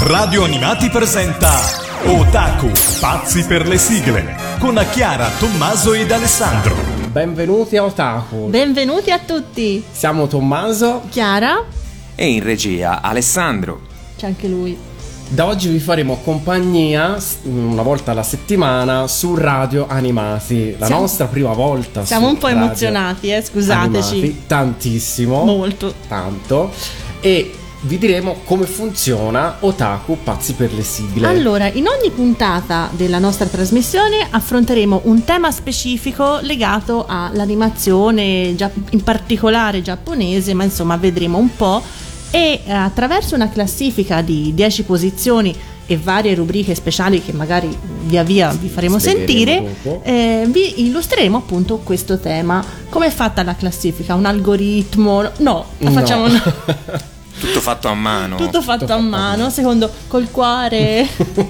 Radio Animati presenta Otaku, pazzi per le sigle, con Chiara, Tommaso ed Alessandro. Benvenuti a Otaku. Benvenuti a tutti. Siamo Tommaso, Chiara e in regia Alessandro. c'è anche lui. Da oggi vi faremo compagnia una volta alla settimana su Radio Animati, la nostra prima volta. Siamo un po' Radio emozionati, scusateci. Animati, tantissimo. Molto. Tanto. E vi diremo come funziona Otaku, pazzi per le sigle. Allora, in ogni puntata della nostra trasmissione affronteremo un tema specifico legato all'animazione, in particolare giapponese, ma insomma vedremo un po'. E attraverso una classifica di 10 posizioni e varie rubriche speciali che magari via via vi faremo sentire, vi illustreremo appunto questo tema. Come è fatta la classifica? Un algoritmo? No, la facciamo no. Tutto fatto a mano. Tutto fatto a mano, secondo col cuore.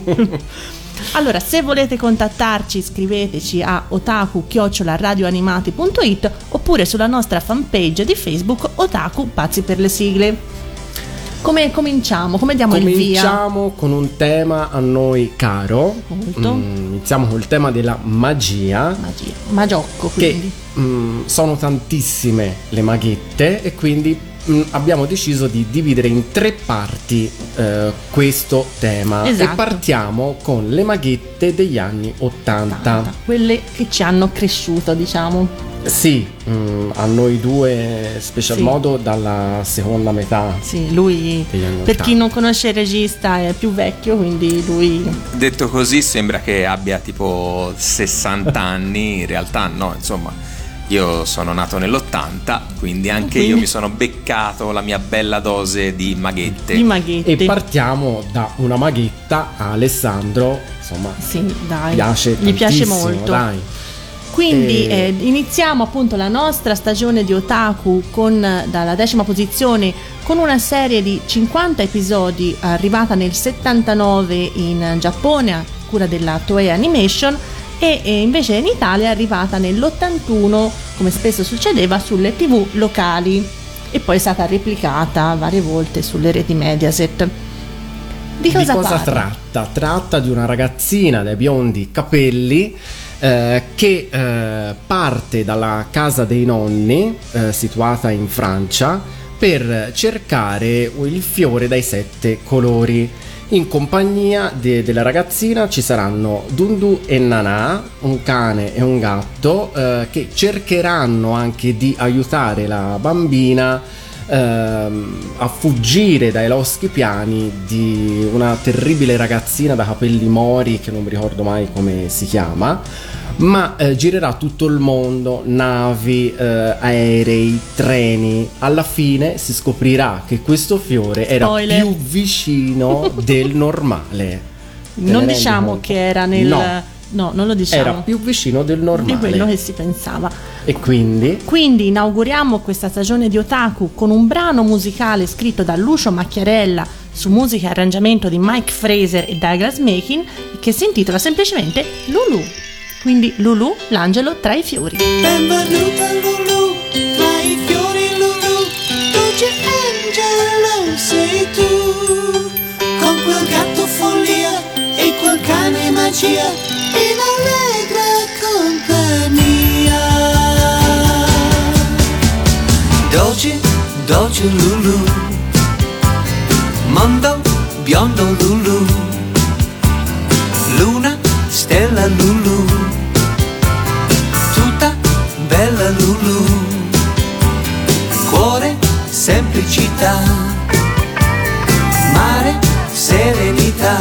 Allora, se volete contattarci, scriveteci a otaku@radioanimati.it oppure sulla nostra fanpage di Facebook Otaku Pazzi per le sigle. Come cominciamo? Come diamo il via? Cominciamo con un tema a noi caro. Molto. Iniziamo col tema della magia. Magiocco, quindi. Che sono tantissime le maghette e quindi abbiamo deciso di dividere in 3 parti questo tema. Esatto. E partiamo con le maghette degli anni 80. Quelle che ci hanno cresciuto, diciamo. Sì, a noi due special Sì. modo dalla seconda metà. Sì, lui, degli anni per 80. chi non conosce il regista, è più vecchio, quindi lui... Detto così sembra che abbia tipo 60 anni, in realtà no, insomma. Io sono nato nell'80, quindi anche io mi sono beccato la mia bella dose di maghette. maghette. E partiamo da una maghetta a Alessandro, insomma, Sì, dai. gli piace molto. molto. Dai. Quindi iniziamo appunto la nostra stagione di Otaku dalla 10ª posizione con una serie di 50 episodi arrivata nel 79 in Giappone a cura della Toei Animation e invece in Italia è arrivata nell'81, come spesso succedeva, sulle TV locali e poi è stata replicata varie volte sulle reti Mediaset. Di cosa tratta? Tratta di una ragazzina dai biondi capelli che parte dalla casa dei nonni situata in Francia per cercare il fiore dai 7 colori. In compagnia della ragazzina ci saranno Dundu e Nana, un cane e un gatto che cercheranno anche di aiutare la bambina a fuggire dai loschi piani di una terribile ragazzina da capelli mori che non mi ricordo mai come si chiama, ma girerà tutto il mondo, navi, aerei, treni. Alla fine si scoprirà che questo fiore era più vicino del normale. Non diciamo che era nel... No, non lo diciamo. Era più vicino del normale. Di quello che si pensava. E quindi inauguriamo questa stagione di Otaku con un brano musicale scritto da Lucio Macchiarella su musica e arrangiamento di Mike Fraser e Douglas Makin, che si intitola semplicemente Lulu. Quindi Lulu, l'angelo tra i fiori. Benvenuta Lulu, tra i fiori Lulu, dolce angelo sei tu, con quel gatto follia e quel cane magia, in allegra compagnia. Dolce, dolce Lulu, mondo biondo Lulu, luna, stella Lulu, tutta bella Lulu, cuore, semplicità, mare, serenità,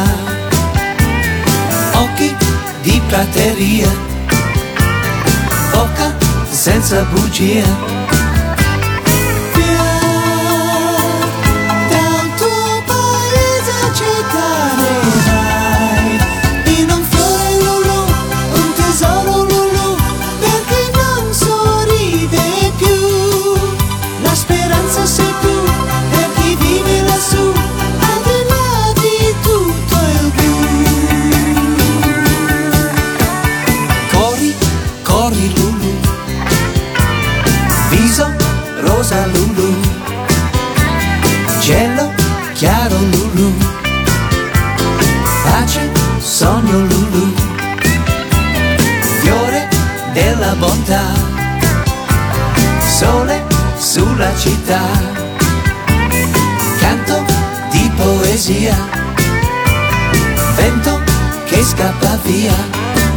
occhi di prateria, bocca senza bugia. città, sole sulla città, canto di poesia, vento che scappa via.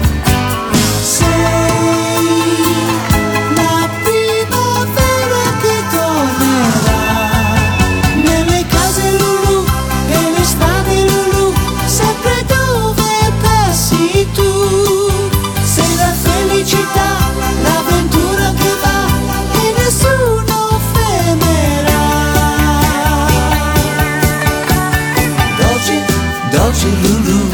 Dolce Lulu,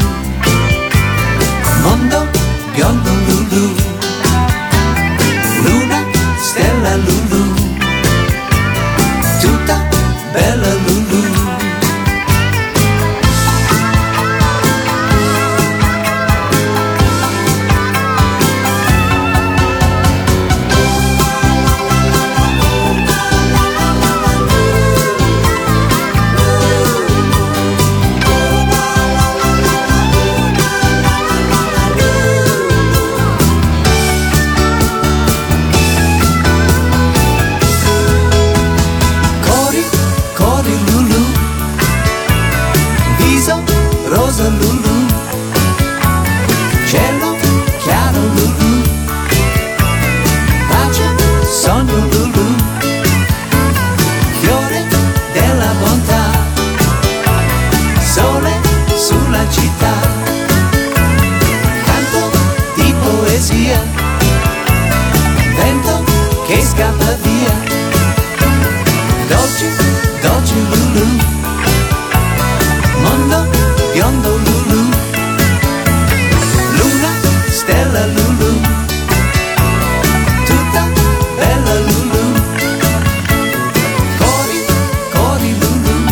mondo biondo Lulu, luna, stella Lulu, tutta bella Lulu. Rosa Lulu, cielo chiaro Lulu, pace, sogno Lulu, fiore della bontà, sole sulla città, canto di poesia, vento che scappa via, dolce, dolce Lulu, mondo biondo Lulu, luna, stella Lulu, tutta bella Lulu, cori, cori Lulu,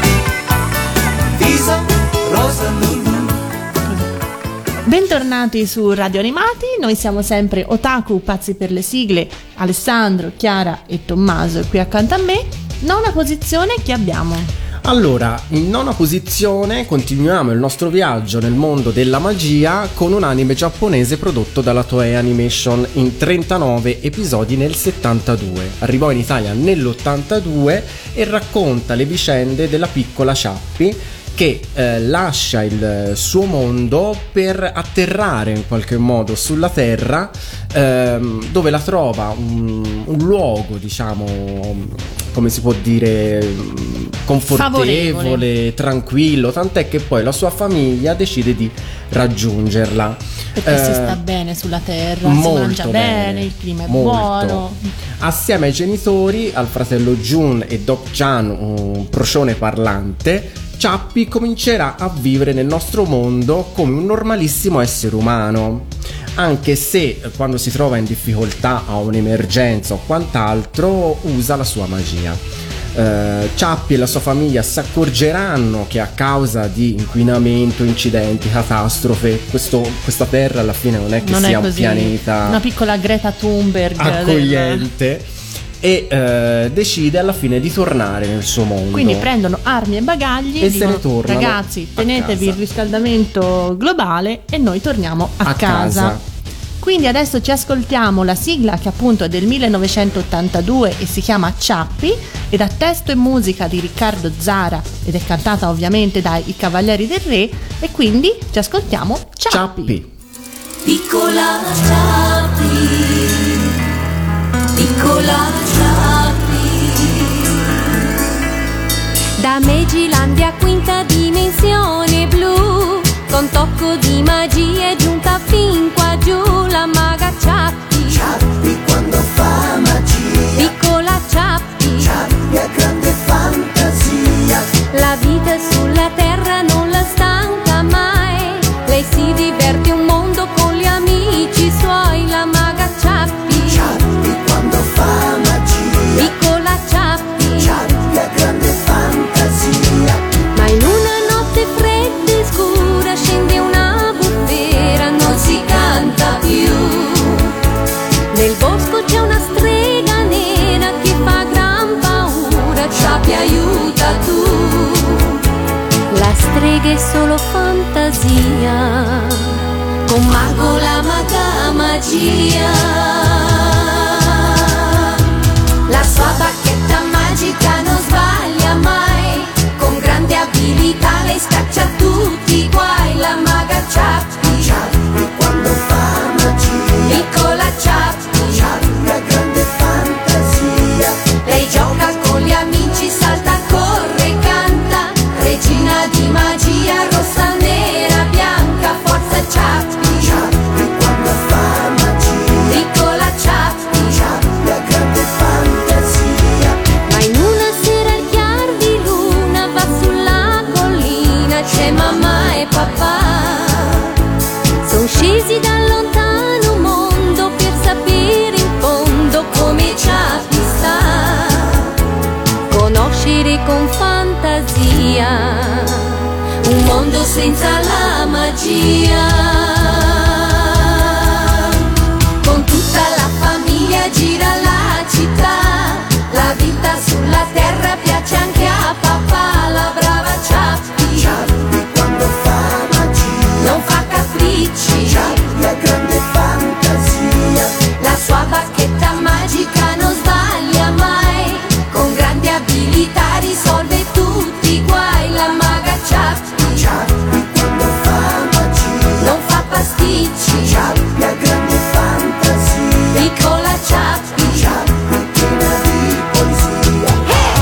viso rosa Lulu. Bentornati su Radio Animati, noi siamo sempre Otaku, pazzi per le sigle, Alessandro, Chiara e Tommaso qui accanto a me. Nona posizione, chi abbiamo? Allora, in nona posizione continuiamo il nostro viaggio nel mondo della magia con un anime giapponese prodotto dalla Toei Animation in 39 episodi nel 72. Arrivò in Italia nell'82 e racconta le vicende della piccola Chappi che lascia il suo mondo per atterrare in qualche modo sulla Terra, dove la trova un luogo, diciamo, come si può dire, confortevole, favorevole, tranquillo, tant'è che poi la sua famiglia decide di raggiungerla. Perché si sta bene sulla Terra, si mangia bene, il clima è buono. Assieme ai genitori, al fratello Jun e Doc Chan, un procione parlante, Chappi comincerà a vivere nel nostro mondo come un normalissimo essere umano, anche se quando si trova in difficoltà, ha un'emergenza o quant'altro, usa la sua magia. Chappi e la sua famiglia si accorgeranno che a causa di inquinamento, incidenti, catastrofe, questa terra alla fine non è che sia un pianeta, una piccola Greta Thunberg accogliente. E decide alla fine di tornare nel suo mondo. Quindi prendono armi e bagagli e se ne tornano. Ragazzi, tenetevi il riscaldamento globale e noi torniamo a casa. Quindi adesso ci ascoltiamo la sigla, che appunto è del 1982 e si chiama Chappi, ed ha testo e musica di Riccardo Zara ed è cantata ovviamente dai I Cavalieri del Re, e quindi ci ascoltiamo Chappi. Piccola Chappi, piccola Chappi, da Megilandia quinta dimensione blu, con tocco di magia è giunta fin qua giù la maga Chappi. Chappi quando fa magia, Piccola Chappi, Chappi ha grande fantasia, la vita sulla terra non la stanca mai, lei si diverte un mondo con gli amici suoi, la maga Chappi. Chappi quando fa magia, Piccola Chappi, Chappi ha grande fantasia, ma in una notte fredda e scura scende una bufera, non si canta più. Nel bosco c'è una strega nera che fa gran paura, Chappi aiuta tu. La strega è solo fantasia, con Mago la maga magia. La sua bacchetta magica non sbaglia mai, con grande abilità lei scaccia tutti i guai. La maga Ciappi, Ciappi quando fa magia, piccola Ciappi, Ciappi ha grande fantasia. lei gioca con gli amici, salta, corre, canta, regina di magia, rossa, nera, bianca, forza Ciappi, Ciappi quando fa magia, piccola Ciappi. Ciappi ha grande fantasia. Ma in una sera al chiar di luna va sulla collina, c'è mamma e papà. Son scesi dal lontano mondo per sapere in fondo come Ciappi sta. Conoscere con fantasia un mondo senza la magia. Con tutta la famiglia gira la città, la vita sulla terra piace anche a papà. La brava Ciappi, Ciappi quando fa magia, non fa capricci, Ciappi ha grande fantasia. la sua bacchetta magica non sbaglia mai, con grande abilità risolve tutti i guai. La maga Ciappi, Ciappi quando fa magia, non fa pasticci, Ciappi ha grande fantasia. piccola Ciappi, Ciappi piena di poesia.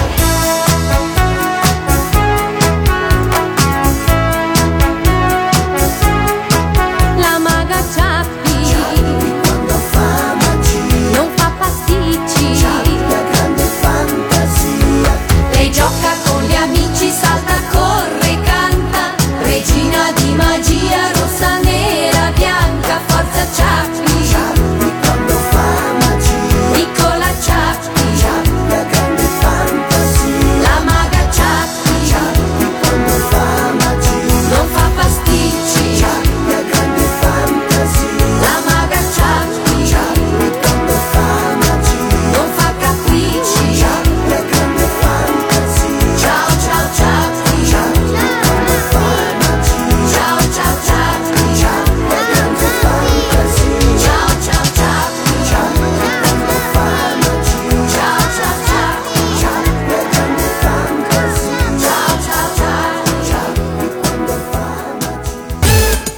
la maga Ciappi, Ciappi quando fa magia, non fa pasticci, Ciappi ha grande fantasia. lei gioca con gli amici, salta, corre, canta, regina di magia, rossa, nera, bianca, forza Ciappi, Ciappi quando fa magia, piccola Ciappi, Ciappi ha grande fantasia. la maga Ciappi, Ciappi quando fa magia, non fa pasticci, Ciappi ha grande fantasia. la maga Ciappi, Ciappi quando fa magia, non fa capricci, Ciappi ha grande fantasia. ciao ciao Ciappi, Ciappi quando fa magia, ciao ciao Ciappi, Ciappi ha grande fantasia. ciao ciao Ciappi, Ciappi quando fa magia, ciao ciao Ciappi, Ciappi ha grande fantasia. ciao ciao Ciappi. Ciappi quando fa magia.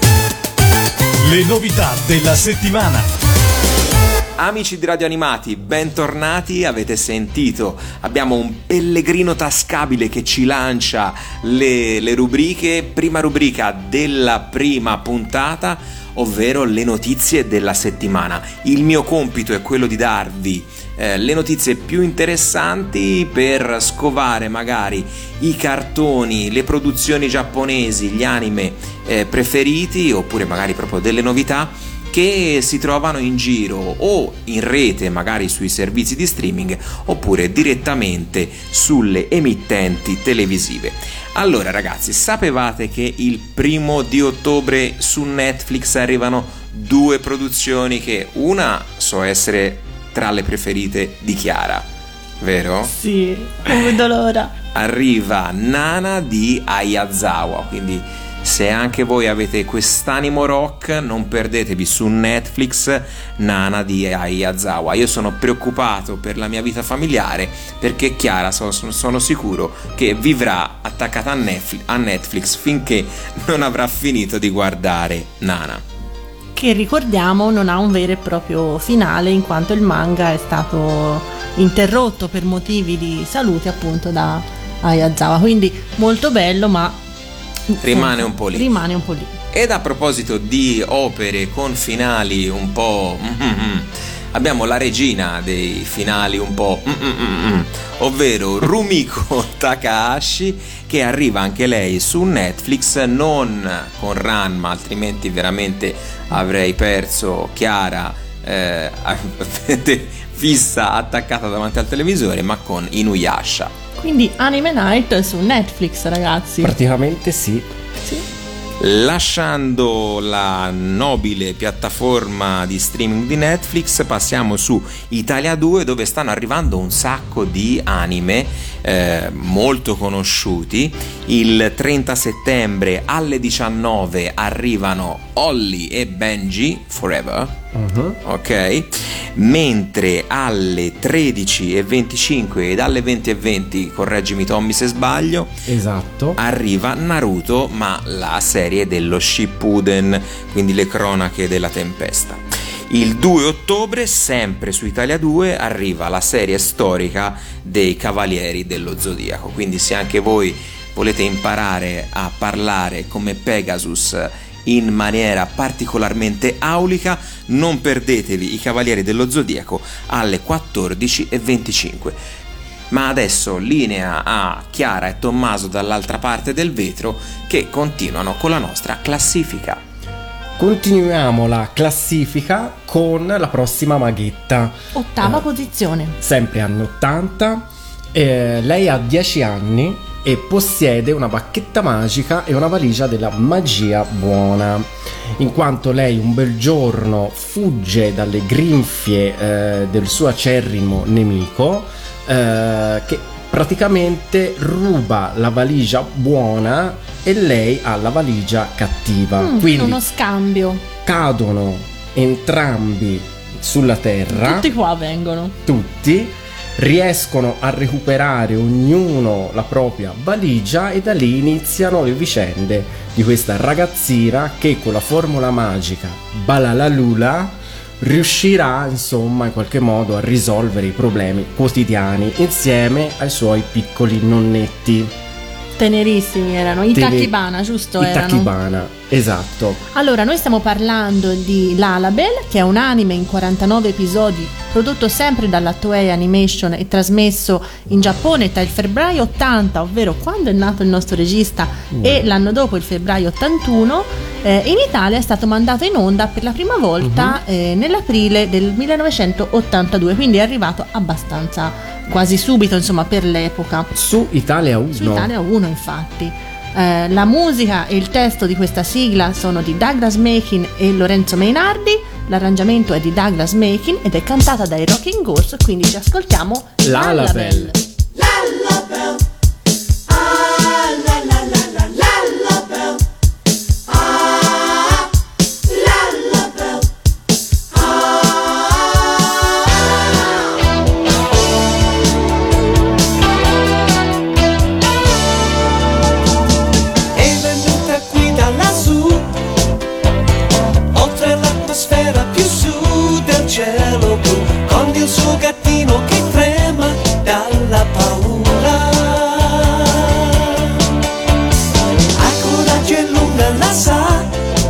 Le novità della settimana. Amici di Radio Animati, bentornati. Avete sentito, abbiamo un pellegrino tascabile che ci lancia le rubriche. Prima rubrica della prima puntata, ovvero le notizie della settimana. Il mio compito è quello di darvi le notizie più interessanti per scovare magari i cartoni, le produzioni giapponesi, gli anime preferiti, oppure magari proprio delle novità che si trovano in giro o in rete, magari sui servizi di streaming, oppure direttamente sulle emittenti televisive. Allora ragazzi, sapevate che il 1° ottobre su Netflix arrivano 2 produzioni che una so essere tra le preferite di Chiara, vero? Sì, non vedo l'ora. Arriva Nana di Ayazawa, quindi se anche voi avete quest'animo rock, non perdetevi su Netflix Nana di Ayazawa. Io sono preoccupato per la mia vita familiare, perché Chiara sono sicuro che vivrà attaccata a Netflix finché non avrà finito di guardare Nana, Che ricordiamo non ha un vero e proprio finale, in quanto il manga è stato interrotto per motivi di salute appunto da Ayazawa. Quindi molto bello, ma rimane un po' lì. Rimane un po' lì. Ed a proposito di opere con finali un po'... abbiamo la regina dei finali un po'... ovvero Rumiko Takahashi, che arriva anche lei su Netflix, non con Ranma, altrimenti veramente avrei perso Chiara fissa attaccata davanti al televisore, ma con Inuyasha. Quindi Anime Night su Netflix, ragazzi. Praticamente sì. Sì. Lasciando la nobile piattaforma di streaming di Netflix, passiamo su Italia 2, dove stanno arrivando un sacco di anime molto conosciuti. Il 30 settembre alle 19 arrivano Holly e Benji Forever. Ok, mentre alle 13:25 ed alle 20:20, correggimi Tommy se sbaglio, Esatto. arriva Naruto, ma la serie dello Shippuden, quindi le cronache della tempesta. Il 2 ottobre, sempre su Italia 2, arriva la serie storica dei Cavalieri dello Zodiaco, quindi se anche voi volete imparare a parlare come Pegasus in maniera particolarmente aulica, non perdetevi i Cavalieri dello Zodiaco alle 14:25. Ma adesso linea a Chiara e Tommaso dall'altra parte del vetro, che continuano con la nostra classifica. Continuiamo la classifica con la prossima maghetta. Ottava posizione. Sempre anni 80. Lei ha 10 anni e possiede una bacchetta magica e una valigia della magia buona, in quanto lei un bel giorno fugge dalle grinfie del suo acerrimo nemico, che praticamente ruba la valigia buona e lei ha la valigia cattiva. Quindi Uno scambio. cadono entrambi sulla terra. Tutti qua vengono. Tutti riescono a recuperare ognuno la propria valigia e da lì iniziano le vicende di questa ragazzina che con la formula magica Balalalula riuscirà insomma in qualche modo a risolvere i problemi quotidiani insieme ai suoi piccoli nonnetti. Tenerissimi erano. I Tachibana, giusto? I Erano. Tachibana, esatto. Allora, noi stiamo parlando di Lalabel, che è un anime in 49 episodi, prodotto sempre dalla Toei Animation e trasmesso in Giappone tra il febbraio 80, ovvero quando è nato il nostro regista, e l'anno dopo, il febbraio 81. In Italia è stato mandato in onda per la prima volta nell'aprile del 1982, quindi è arrivato abbastanza quasi subito, insomma, per l'epoca. Su Italia 1. Su Italia 1, infatti. La musica e il testo di questa sigla sono di Douglas Makin e Lorenzo Mainardi. L'arrangiamento è di Douglas Makin ed è cantata dai Rocking Horse, quindi ci ascoltiamo Lalabel. Lullaby. Ah, la la la la lullaby. Ah, lullaby. È venuta qui da lassù, oltre l'atmosfera più su del cielo blu, con il suo gattino che trema dalla paura. Ha coraggio e lunga la sa,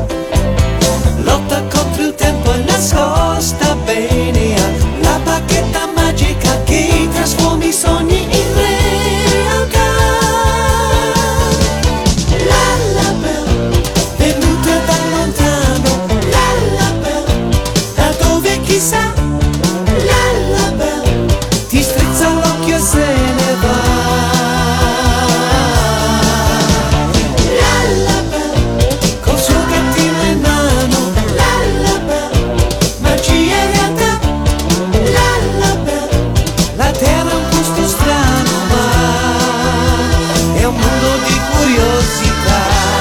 lotta contro il tempo e nascosta bene ha la bacchetta magica che trasforma i sogni in realtà. Lullaby, venuta da lontano, lullaby, da dove chissà. Lullaby, ti strizza l'occhio e se ne va. Lullaby, col suo gattino in mano. Lullaby, magia in realtà. Lullaby, la terra è un posto strano ma è un mondo di curiosità.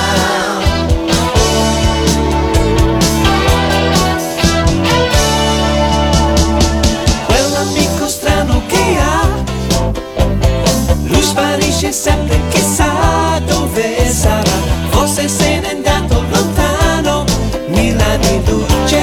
Quell'amico strano che ha, lui sparisce sempre, chissà dove sarà. Forse se n'è andato lontano, mille anni luce.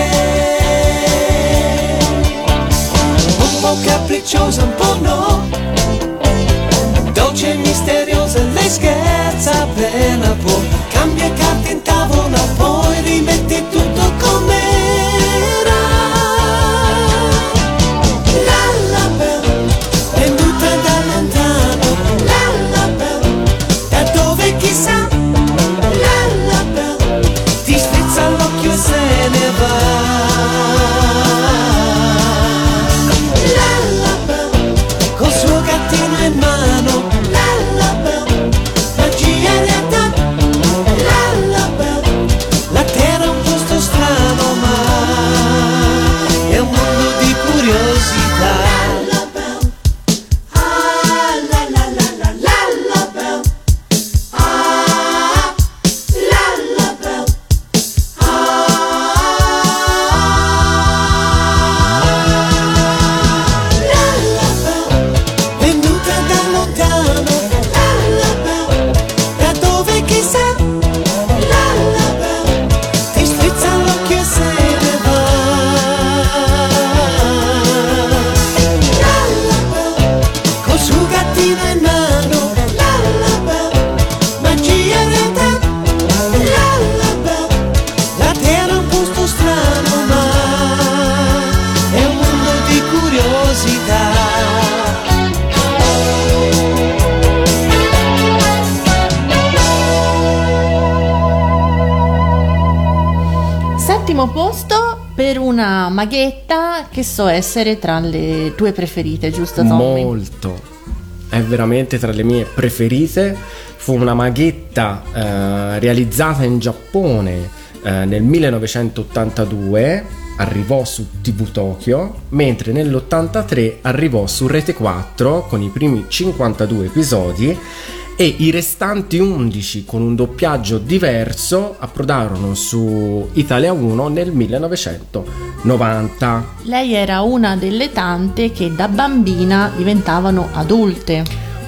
Un po' capricciosa, un po' no, dolce e misteriosa, lei scherza appena può. Cambia carte in tavola, poi rimette tutto com'era. Lullaby, venuta da lontano. Lullaby, da dove chissà. Lullaby, ti strizza l'occhio e se ne va. Lullaby, col suo gattino in mano. Lullaby, magia in realtà. Lullaby, primo posto per una maghetta che so essere tra le tue preferite, giusto Tommy? Molto, è veramente tra le mie preferite. Fu una maghetta realizzata in Giappone nel 1982, arrivò su TV Tokyo, mentre nell'83 arrivò su Rete 4 con i primi 52 episodi e i restanti 11 con un doppiaggio diverso approdarono su Italia 1 nel 1990. Lei era una delle tante che da bambina diventavano adulte.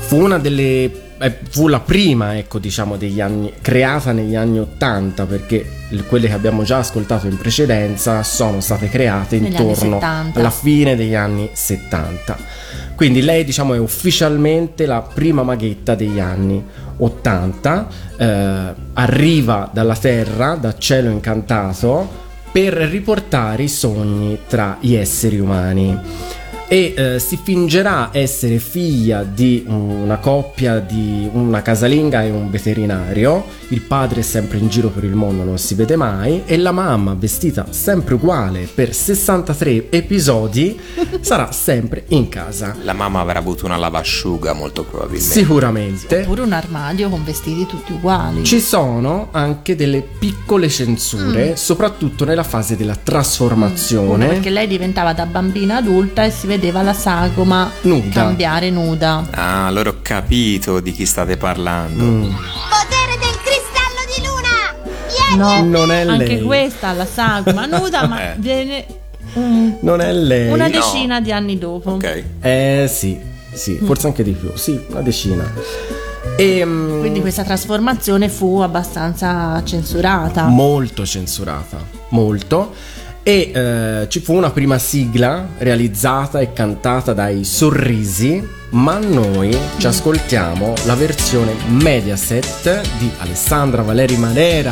Fu la prima, ecco, diciamo, degli anni, creata negli anni 80, perché quelle che abbiamo già ascoltato in precedenza sono state create intorno alla fine degli anni 70. Quindi lei, diciamo, è ufficialmente la prima maghetta degli anni 80, arriva dalla terra, da cielo incantato, per riportare i sogni tra gli esseri umani. E si fingerà essere figlia di una coppia, di una casalinga e un veterinario. Il padre è sempre in giro per il mondo, non si vede mai, e la mamma, vestita sempre uguale per 63 episodi, sarà sempre in casa. La mamma avrà avuto una lavasciuga molto probabilmente. Sicuramente. Oppure un armadio con vestiti tutti uguali. Ci sono anche delle piccole censure, soprattutto nella fase della trasformazione. Perché lei diventava da bambina adulta e si vedeva la sagoma nuda, cambiare nuda. Ah, allora ho capito di chi state parlando. Potere del cristallo di luna! Vieni! No, non è lei. Anche questa la sagoma nuda, ma viene non è lei. una decina di anni dopo. Ok. Sì, forse anche di più. Sì, una decina. Quindi questa trasformazione fu abbastanza censurata. Molto censurata, molto. E ci fu una prima sigla realizzata e cantata dai Sorrisi, ma noi ci ascoltiamo la versione Mediaset di Alessandra Valeri Manera,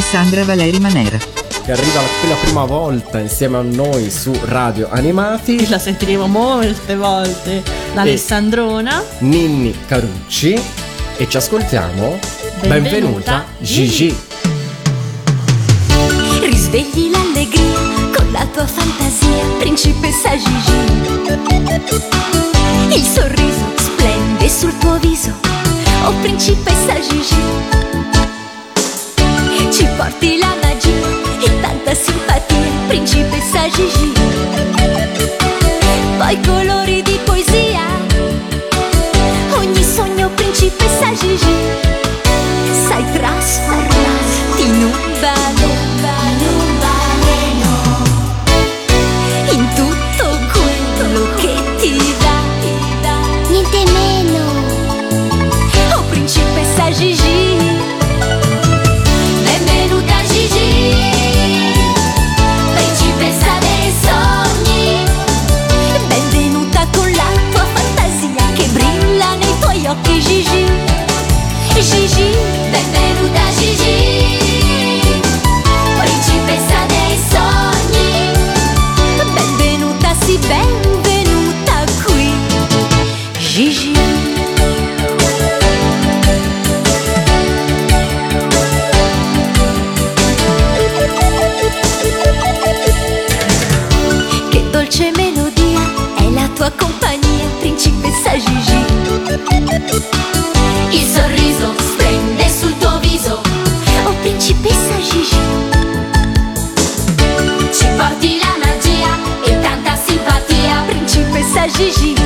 che arriva per la prima volta insieme a noi su Radio Animati. La sentiremo molte volte, l'Alessandrona. Ninni Carucci. E ci ascoltiamo Benvenuta Gigi. Risvegli l'allegria con la tua fantasia, principessa Gigi. Il sorriso splende sul tuo viso, oh principessa Gigi. Ci porti la magia e tanta simpatia, principessa Gigi. Poi colori di poesia, ogni sogno, principessa Gigi. Sai trasformarti in un baleno, in tutto quello che ti dà, Niente meno! oh principessa Gigi. Benvenuta Gigi, principessa dei sogni. Benvenuta con la tua fantasia che brilla nei tuoi occhi Gigi. Gigi, benvenuta Gigi, principessa dei sogni. Benvenuta, sì, benvenuta qui, Gigi. Che dolce melodia è la tua compagnia, principessa Gigi. Il sorriso splende sul tuo viso, oh principessa Gigi. Ci porti la magia e tanta simpatia, principessa Gigi.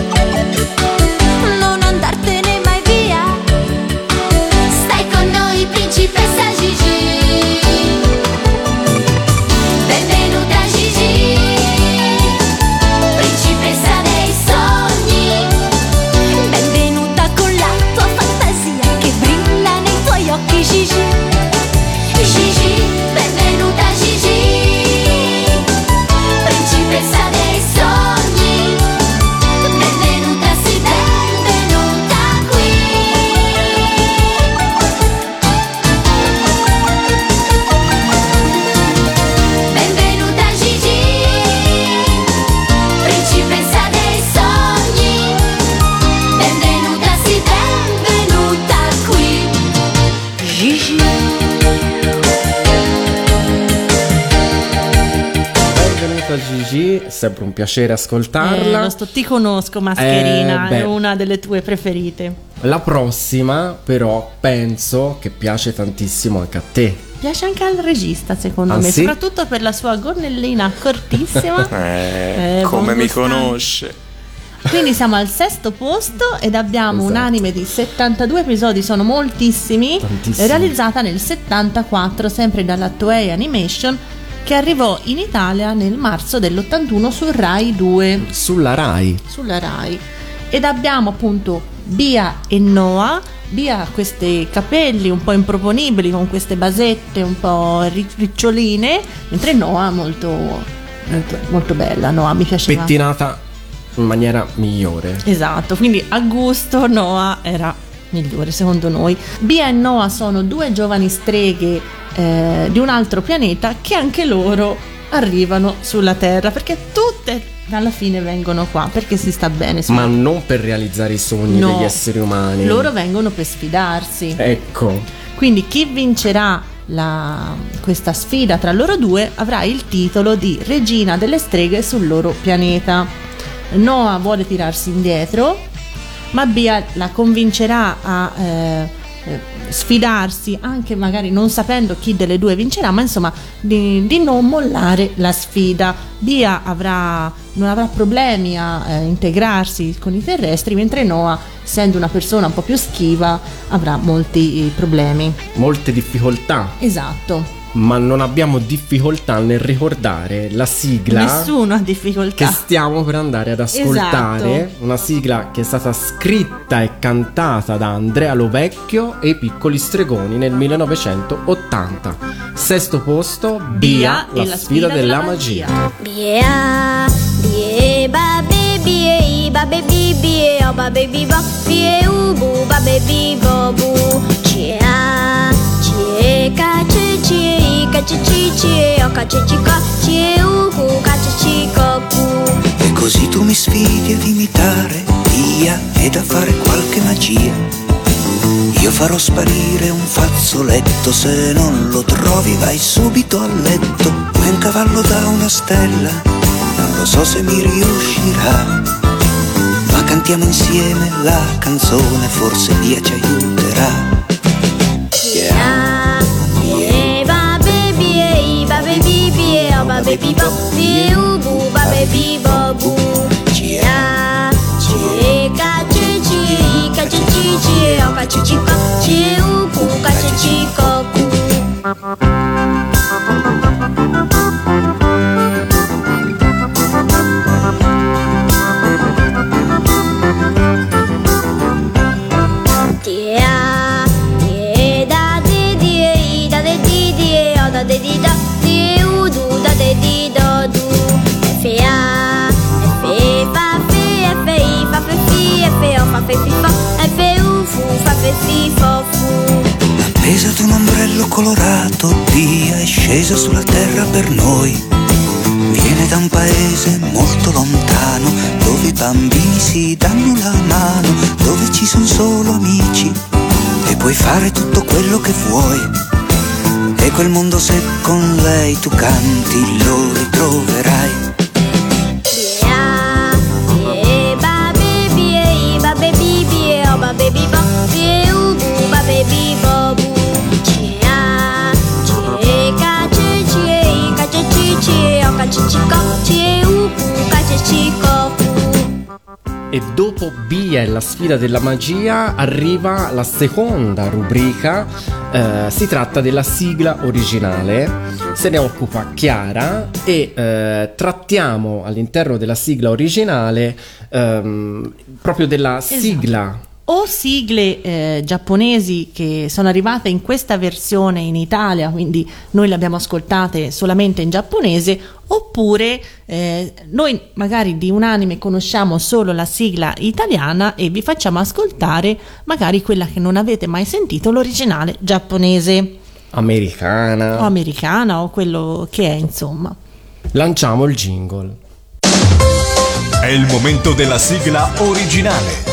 Non andartene mai via, stai con noi, principessa Gigi. Benvenuta Gigi, principessa dei sogni. Benvenuta con la tua fantasia che brilla nei tuoi occhi Gigi. Gigi, benvenuta Gigi, principessa dei sogni. Gigi, è sempre un piacere ascoltarla. Ti conosco, Mascherina, beh. è una delle tue preferite. La prossima però penso che piace tantissimo anche a te. Piace anche al regista, secondo me, sì? soprattutto per la sua gonnellina cortissima. Come mi buon gustante. conosce. Quindi siamo al 6° posto ed abbiamo un Esatto. anime di 72 episodi, sono moltissimi, Tantissimi. realizzata nel 74 sempre dalla Toei Animation, che arrivò in Italia nel marzo dell'81 su Rai 2, Sulla Rai. sulla Rai. Ed abbiamo appunto Bia e Noah. Bia ha questi capelli un po' improponibili con queste basette un po' riccioline, mentre Noah molto, molto, molto bella. Noah mi piaceva. Pettinata in maniera migliore. Esatto, quindi a gusto Noah era migliore secondo noi. Bia e Noah sono due giovani streghe di un altro pianeta che anche loro arrivano sulla Terra, perché tutte alla fine vengono qua perché si sta bene Ma non per realizzare i sogni No, degli esseri umani. loro vengono per sfidarsi. Ecco. Quindi chi vincerà questa sfida tra loro due avrà il titolo di regina delle streghe sul loro pianeta. Noah vuole tirarsi indietro, ma Bia la convincerà a sfidarsi, anche magari non sapendo chi delle due vincerà, ma insomma di non mollare la sfida. Bia non avrà problemi a integrarsi con i terrestri, mentre Noah, essendo una persona un po' più schiva, avrà molti problemi. Molte difficoltà. Esatto. Ma non abbiamo difficoltà nel ricordare la sigla Nessuno ha che difficoltà. stiamo per andare ad ascoltare. Esatto. Una sigla che è stata scritta e cantata da Andrea Lovecchio e i Piccoli Stregoni nel 1980. 6° posto, Bia, e la sfida della magia. Bia, bie, babe, bie, babe, bie, oh, babe, bibo, bie, ubu, babe, bibo, bu, cia, cie, cace, cie, cace, cie, oh, cace, cico, cie, uhu, cace, cico, cu. E così tu mi sfidi ad imitare Bia ed a fare qualche magia. Io farò sparire un fazzoletto, se non lo trovi vai subito a letto. Vuoi un cavallo da una stella? Non lo so se mi riuscirà, ma cantiamo insieme la canzone, forse Bia ci aiuterà. Bia, bie, babe, bie, babe, bie, oh, babe, bibo, bie, ubu, babe, bibo, bu, cia, cie, cace, cie, cace, cie, oh, cace, cico, cie, uhu, cace, cico, cu. Tia, die, da, de, die, da, de, di, die, oh, da, de, di, da, die, udu, da, de, di, do, du, F-A, F, fa, fe, F-I, fa, fe, fi, F-O, fa, fe, fi, fo, F-U, fu, fa, fe, fi, fo, fu. Appesa ad un ombrello colorato, Bia è scesa sulla terra per noi. Viene da un paese molto lontano, dove i bambini si danno la mano, dove ci sono solo amici e puoi fare tutto quello che vuoi. E quel mondo, se con lei tu canti, lo ritroverai. Bia, bie, babe, bie, babe, bie, oh, babe, bibo, bie, ubu, babe, bibo, bu, cia, cie, cace, cie, cace, cie, oh, cace, cico, cie, ubu, cace, cico, cu. E dopo Bia e la sfida della magia arriva la seconda rubrica. Si tratta della sigla originale. Se ne occupa Chiara e trattiamo all'interno della sigla originale proprio della sigla. O sigle giapponesi che sono arrivate in questa versione in Italia, quindi noi le abbiamo ascoltate solamente in giapponese, oppure noi magari di un anime conosciamo solo la sigla italiana e vi facciamo ascoltare magari quella che non avete mai sentito, l'originale giapponese Americana o americana o quello che è, insomma. Lanciamo il jingle. È il momento della sigla originale.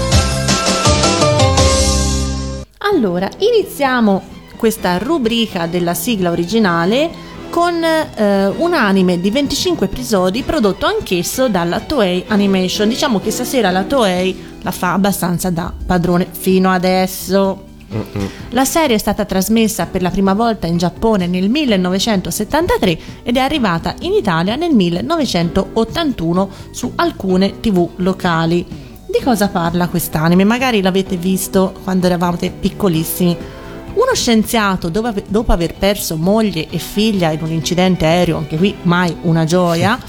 Allora, iniziamo questa rubrica della sigla originale con un anime di 25 episodi prodotto anch'esso dalla Toei Animation. Diciamo che stasera la Toei la fa abbastanza da padrone fino adesso. La serie è stata trasmessa per la prima volta in Giappone nel 1973 ed è arrivata in Italia nel 1981 su alcune TV locali. Di cosa parla quest'anime? Magari l'avete visto quando eravate piccolissimi. Uno scienziato, dopo aver perso moglie e figlia in un incidente aereo, anche qui mai una gioia,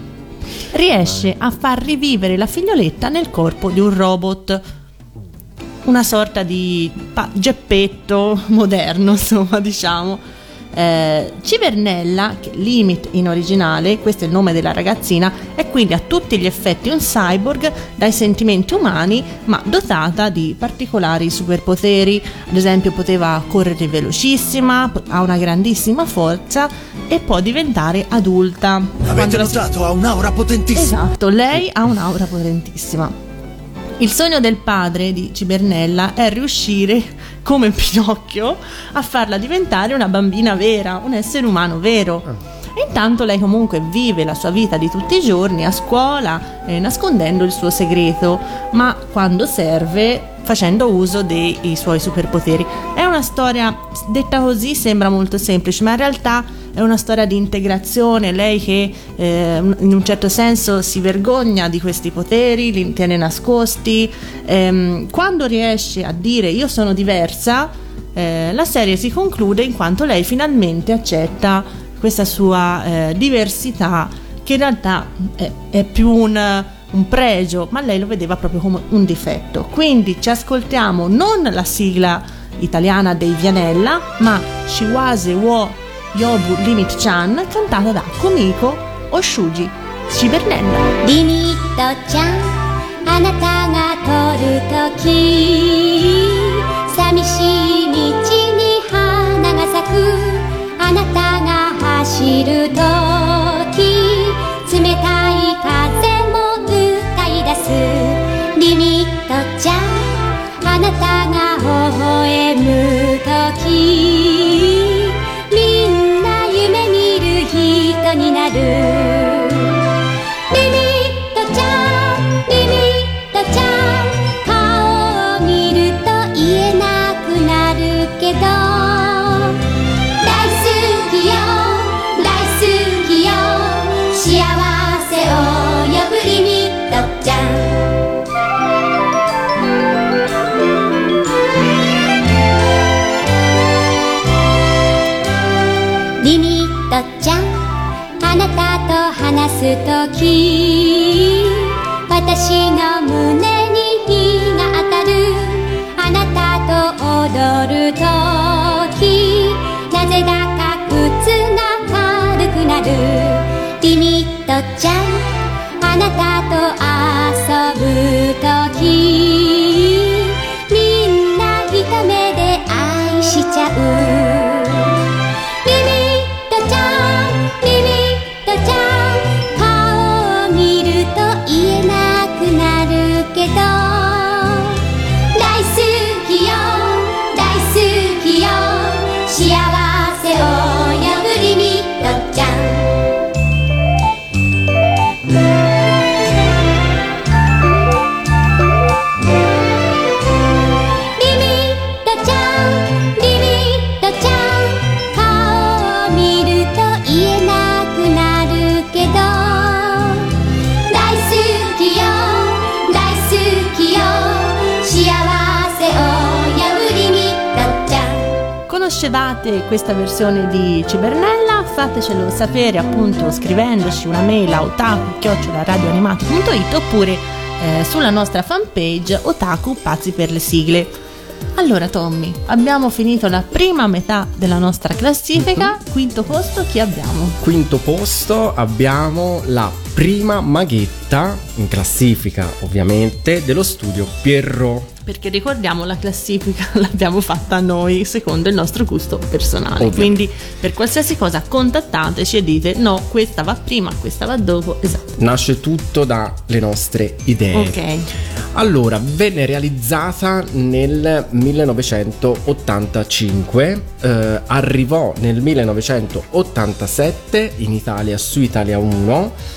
riesce a far rivivere la figlioletta nel corpo di un robot, una sorta di geppetto moderno, insomma, diciamo. Cibernella, che Limit in originale, questo è il nome della ragazzina, è quindi a tutti gli effetti un cyborg dai sentimenti umani, ma dotata di particolari superpoteri. Ad esempio poteva correre velocissima, ha una grandissima forza e può diventare adulta. Avete notato? Ha un'aura potentissima. Esatto, lei ha un'aura potentissima. Il sogno del padre di Cibernella è riuscire, come Pinocchio, a farla diventare una bambina vera, un essere umano vero. Intanto lei comunque vive la sua vita di tutti i giorni a scuola, nascondendo il suo segreto, ma quando serve facendo uso dei suoi superpoteri. È una storia, detta così sembra molto semplice, ma in realtà è una storia di integrazione. Lei che in un certo senso si vergogna di questi poteri, li tiene nascosti. Quando riesce a dire io sono diversa, la serie si conclude in quanto lei finalmente accetta questa sua diversità, che in realtà è più un pregio, ma lei lo vedeva proprio come un difetto. Quindi ci ascoltiamo non la sigla italiana dei Vianella, ma Shiwase wo Yobu Limit-chan, cantata da Kumiko Oshuji Cibernella. リミットちゃんあなたが通るとき寂しい道に花が咲くあなたが走るとき冷たい風も歌い出すリミットちゃんあなたが微笑むときみんな夢見る人になるリミットちゃんリミットちゃん顔を見ると言えなくなるけど大好きよ大好きよ幸せを呼ぶリミットちゃんリミットちゃんあなたと話すとき私の胸に火が当たるあなたと踊るときなぜだか靴が軽くなるリミットちゃんあなたと遊ぶときみんな一目で愛しちゃうけど大好きよ大好きよ幸せを呼ぶリミットちゃんリミットちゃんリミットちゃん顔を見ると言えなくなるけど大好きよ Conoscevate questa versione di Cibernella? Fatecelo sapere appunto scrivendoci una mail a otaku@radioanimati.it oppure sulla nostra fanpage Otaku Pazzi per le sigle. Allora Tommy, abbiamo finito la prima metà della nostra classifica. Quinto posto chi abbiamo? Quinto posto abbiamo la prima maghetta in classifica ovviamente dello studio Pierrot. perché ricordiamo la classifica l'abbiamo fatta noi secondo il nostro gusto personale. Ovvio. Quindi per qualsiasi cosa contattateci e dite no, questa va prima, questa va dopo. Esatto. Nasce tutto dalle nostre idee. Ok. Allora, venne realizzata nel 1985, arrivò nel 1987 in Italia su Italia 1.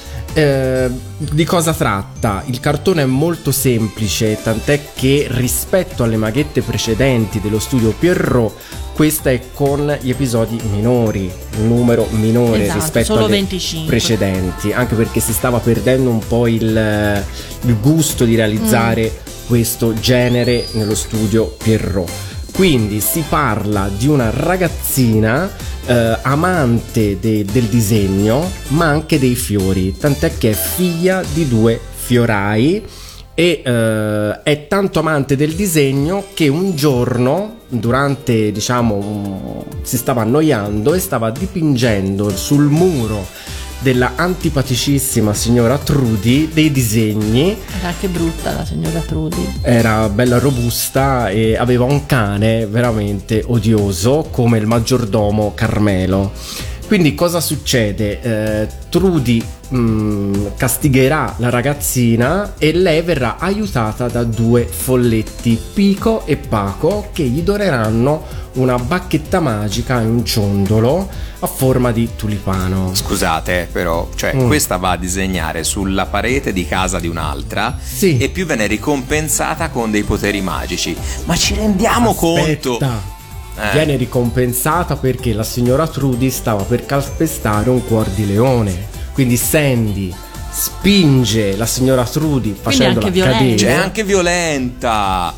Di cosa tratta? Il cartone è molto semplice, tant'è che rispetto alle maghette precedenti dello studio Pierrot, questa è con gli episodi minori, un numero minore, Esatto, rispetto solo alle 25 precedenti, anche perché si stava perdendo un po' il gusto di realizzare questo genere nello studio Pierrot. Quindi si parla di una ragazzina amante del disegno, ma anche dei fiori, tant'è che è figlia di 2 fiorai e è tanto amante del disegno che un giorno, durante, diciamo, si stava annoiando e stava dipingendo sul muro della antipaticissima signora Trudy dei disegni. Era anche brutta la signora Trudy. Era bella robusta e aveva un cane veramente odioso come il maggiordomo Carmelo. Quindi cosa succede? Trudy castigherà la ragazzina e lei verrà aiutata da 2 folletti, Pico e Paco, che gli doneranno una bacchetta magica e un ciondolo a forma di tulipano. Scusate, però, cioè, questa va a disegnare sulla parete di casa di un'altra, Sì. e più viene ricompensata con dei poteri magici. Ma ci rendiamo conto? Viene ricompensata perché la signora Trudy stava per calpestare un cuor di leone. Quindi Sandy spinge la signora Trudy facendola anche violenta. cadere. Cioè, anche violenta.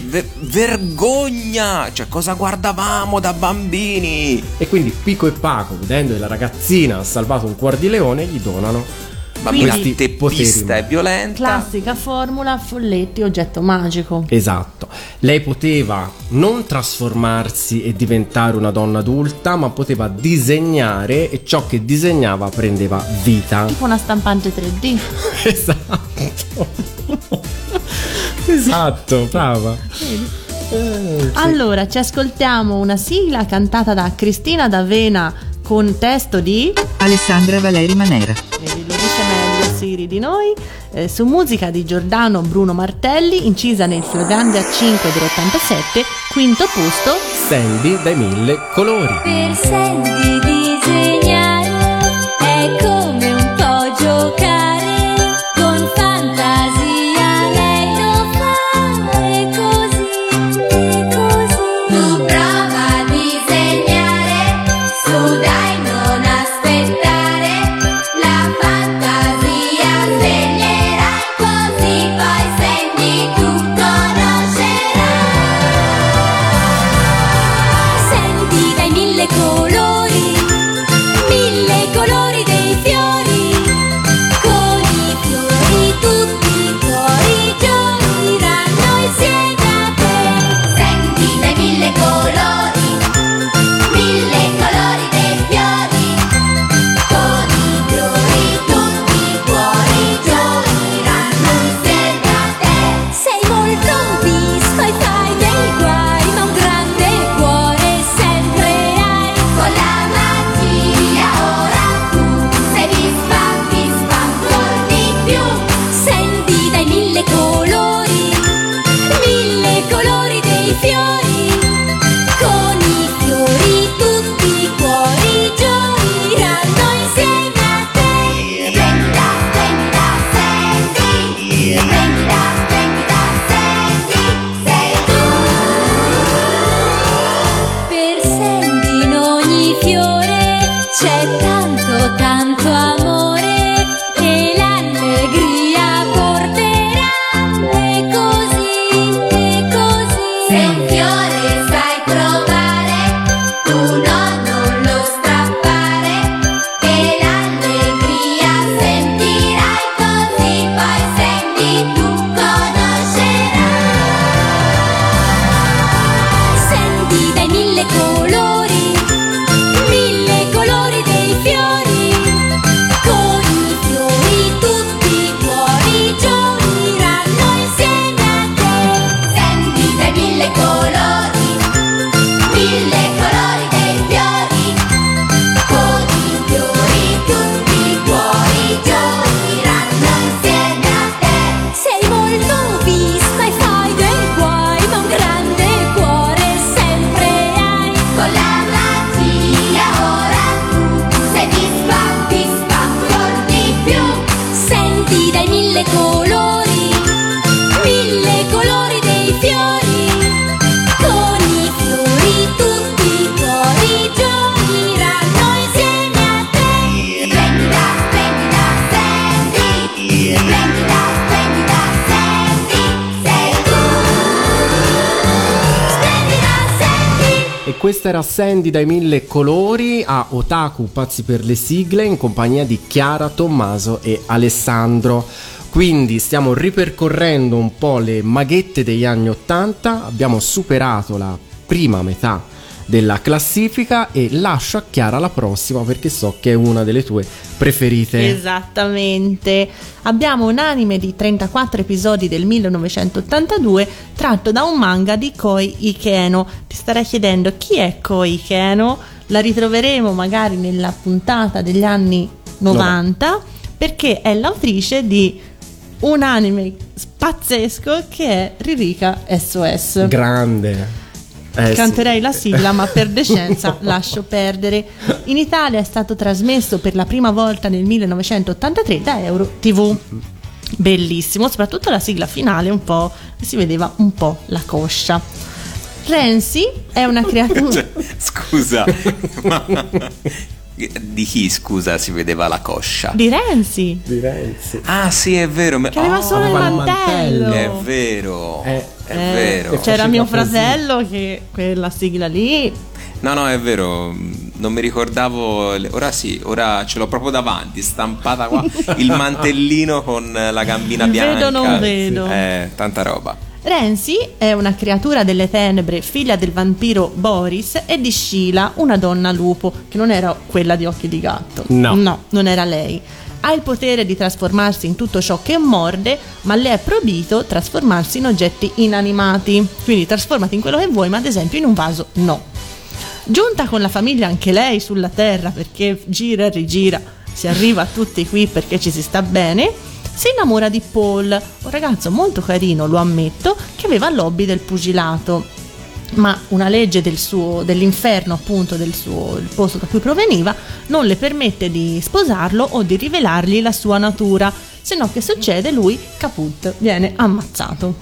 Vergogna! Cioè, cosa guardavamo da bambini? E quindi Pico e Paco, vedendo che la ragazzina ha salvato un cuor di leone, gli donano Bambina questi teppista poteri. e violenta. Classica formula, folletti, oggetto magico. Esatto. Lei poteva non trasformarsi e diventare una donna adulta, ma poteva disegnare e ciò che disegnava prendeva vita. Tipo una stampante 3D. Esatto. Esatto, brava. Sì. Allora, ci ascoltiamo una sigla cantata da Cristina D'Avena con testo di Alessandra Valeri Manera. Vedi, lo dice meglio Siri di noi, su musica di Giordano Bruno Martelli, incisa nel Finlandia 5 dell'87, quinto posto. Sandy dai 1000 colori. Per Sandy disegnare è come un po' giocare, con fantasia lei lo fa, e così, e così. Tu prova a disegnare, su dai non aspettare, la fantasia sveglierà, così poi Sandy tu conoscerai. Sandy dai 1000 colori, questa era Sandy dai 1000 colori a Otaku Pazzi per le sigle in compagnia di Chiara, Tommaso e Alessandro. Quindi stiamo ripercorrendo un po' le maghette degli anni 80, abbiamo superato la prima metà della classifica e lascio a Chiara la prossima perché so che è una delle tue preferite. Esattamente. Abbiamo un anime di 34 episodi del 1982 tratto da un manga di Koi Ikeno. Ti starei chiedendo chi è Koi Ikeno? La ritroveremo magari nella puntata degli anni 90 perché è l'autrice di un anime pazzesco che è Ririka SOS. Grande. Canterei sì. la sigla, ma per decenza lascio perdere. In Italia è stato trasmesso per la prima volta nel 1983 da Euro TV. Bellissimo, soprattutto la sigla finale, un po' si vedeva un po' la coscia. Renzi è una creatura. Cioè, scusa, ma di chi, scusa, si vedeva la coscia? Di Renzi. Di Renzi. Ah, sì, è vero. Che aveva solo il mantello. È vero. È vero. C'era mio fratello che quella sigla lì. No, è vero. Non mi ricordavo. Ora sì, ora ce l'ho proprio davanti, stampata qua. Il mantellino con la gambina bianca. Vedo non vedo. Tanta roba. Renzi è una creatura delle tenebre, figlia del vampiro Boris e di Sheila, una donna lupo, che non era quella di Occhi di Gatto. No, non era lei. Ha il potere di trasformarsi in tutto ciò che morde, ma le è proibito trasformarsi in oggetti inanimati. Quindi trasformati in quello che vuoi, ma ad esempio in un vaso no. Giunta con la famiglia anche lei sulla terra, perché gira e rigira, si arriva a tutti qui perché ci si sta bene, si innamora di Paul, un ragazzo molto carino, lo ammetto, che aveva l'hobby del pugilato. Ma una legge dell'inferno, appunto, il posto da cui proveniva, non le permette di sposarlo o di rivelargli la sua natura. Se no, che succede? Lui, caput, viene ammazzato.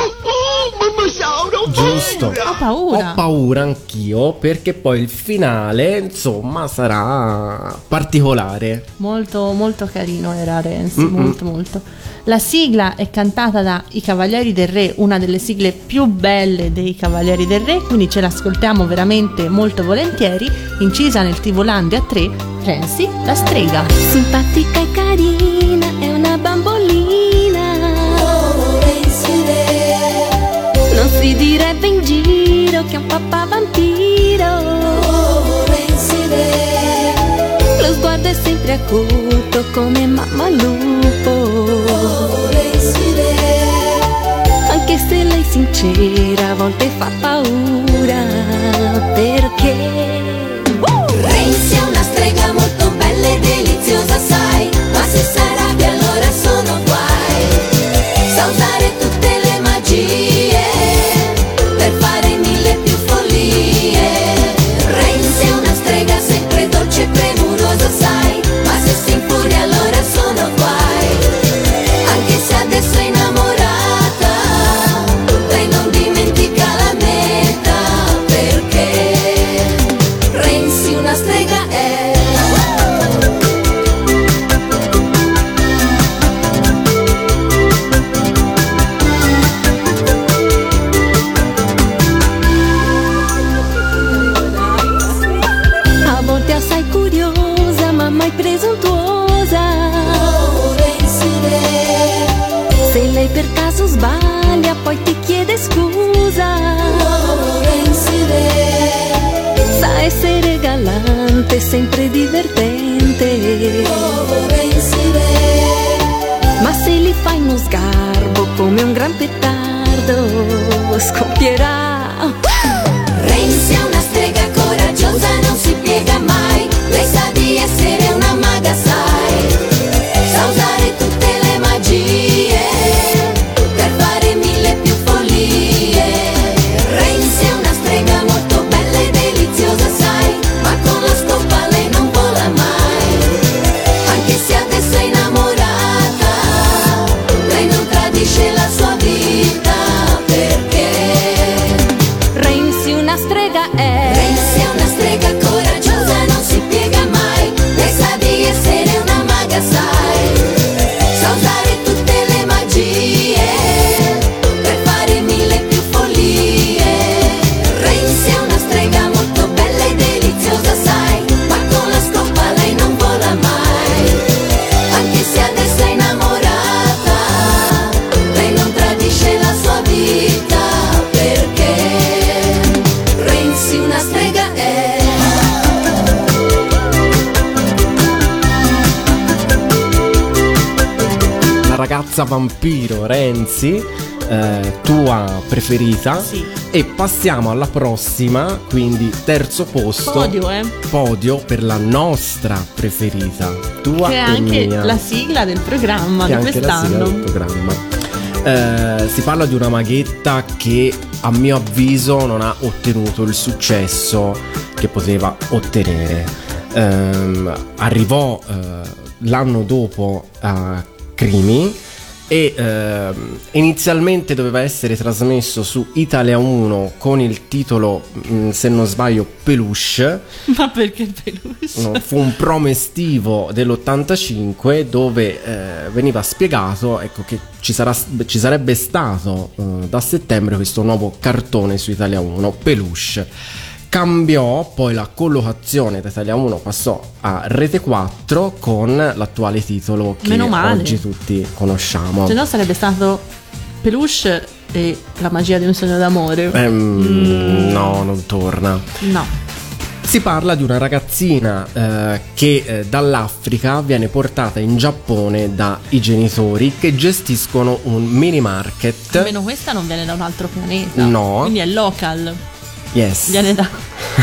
Giusto. Ho paura anch'io, perché poi il finale, insomma, sarà particolare. Molto, molto carino era Renzi, molto. La sigla è cantata da I Cavalieri del Re, una delle sigle più belle dei Cavalieri del Re, quindi ce l'ascoltiamo veramente molto volentieri, incisa nel Tivolandia 3, Renzi, la strega. Simpatica e carina, è una bambolina. Oh, Renzi Re. Non si direbbe in giro che è un papà vampiro. Oh, Renzi Re. Lo sguardo è sempre acuto come mamma lupo. Oh, Renzi Re. Anche se lei è sincera a volte fa paura. Perché Renzi è una strega molto bella e deliziosa, sai. Ma se s'arrabbia allora sono guai. Sa usare tutte le magie per fare mille più follie. Renzi è una strega sempre dolce e premurosa, sai. Ma se si infuria allora sono guai. Anche se adesso è innamorata, lei non dimentica la meta. Perché Renzi una strega è. A volte assai curiosa, ma mai presuntuosa. Oh, Renzi Re. Se lei per caso sbaglia, poi ti chiede scusa. Oh, Renzi Re. Sa essere galante, sempre divertente. Oh, Renzi Re. Ma se li fai uno sgarbo come un gran petardo, scoppierà. Renzi è una strega coraggiosa, non si piega mai. Lei sa di essere una maga, sa. ragazza vampiro Renzi, tua preferita. Sì. E passiamo alla prossima, quindi terzo posto. Podio per la nostra preferita, tua che è e anche mia. la sigla del programma di quest'anno. Si parla di una maghetta che a mio avviso non ha ottenuto il successo che poteva ottenere. Arrivò l'anno dopo a Crimi e inizialmente doveva essere trasmesso su Italia 1 con il titolo, se non sbaglio, Peluche. Ma perché Peluche? No, fu un promo estivo dell'85 dove veniva spiegato, ecco, che ci sarebbe stato da settembre questo nuovo cartone su Italia 1, Peluche. Cambiò poi la collocazione da Italia 1, passò a Rete 4 con l'attuale titolo che oggi tutti conosciamo. Se no sarebbe stato Peluche e la magia di un sogno d'amore. No, non torna. No. Si parla di una ragazzina che dall'Africa viene portata in Giappone dai genitori che gestiscono un mini market. Almeno questa non viene da un altro pianeta. No. Quindi è local. Yes. Viene da...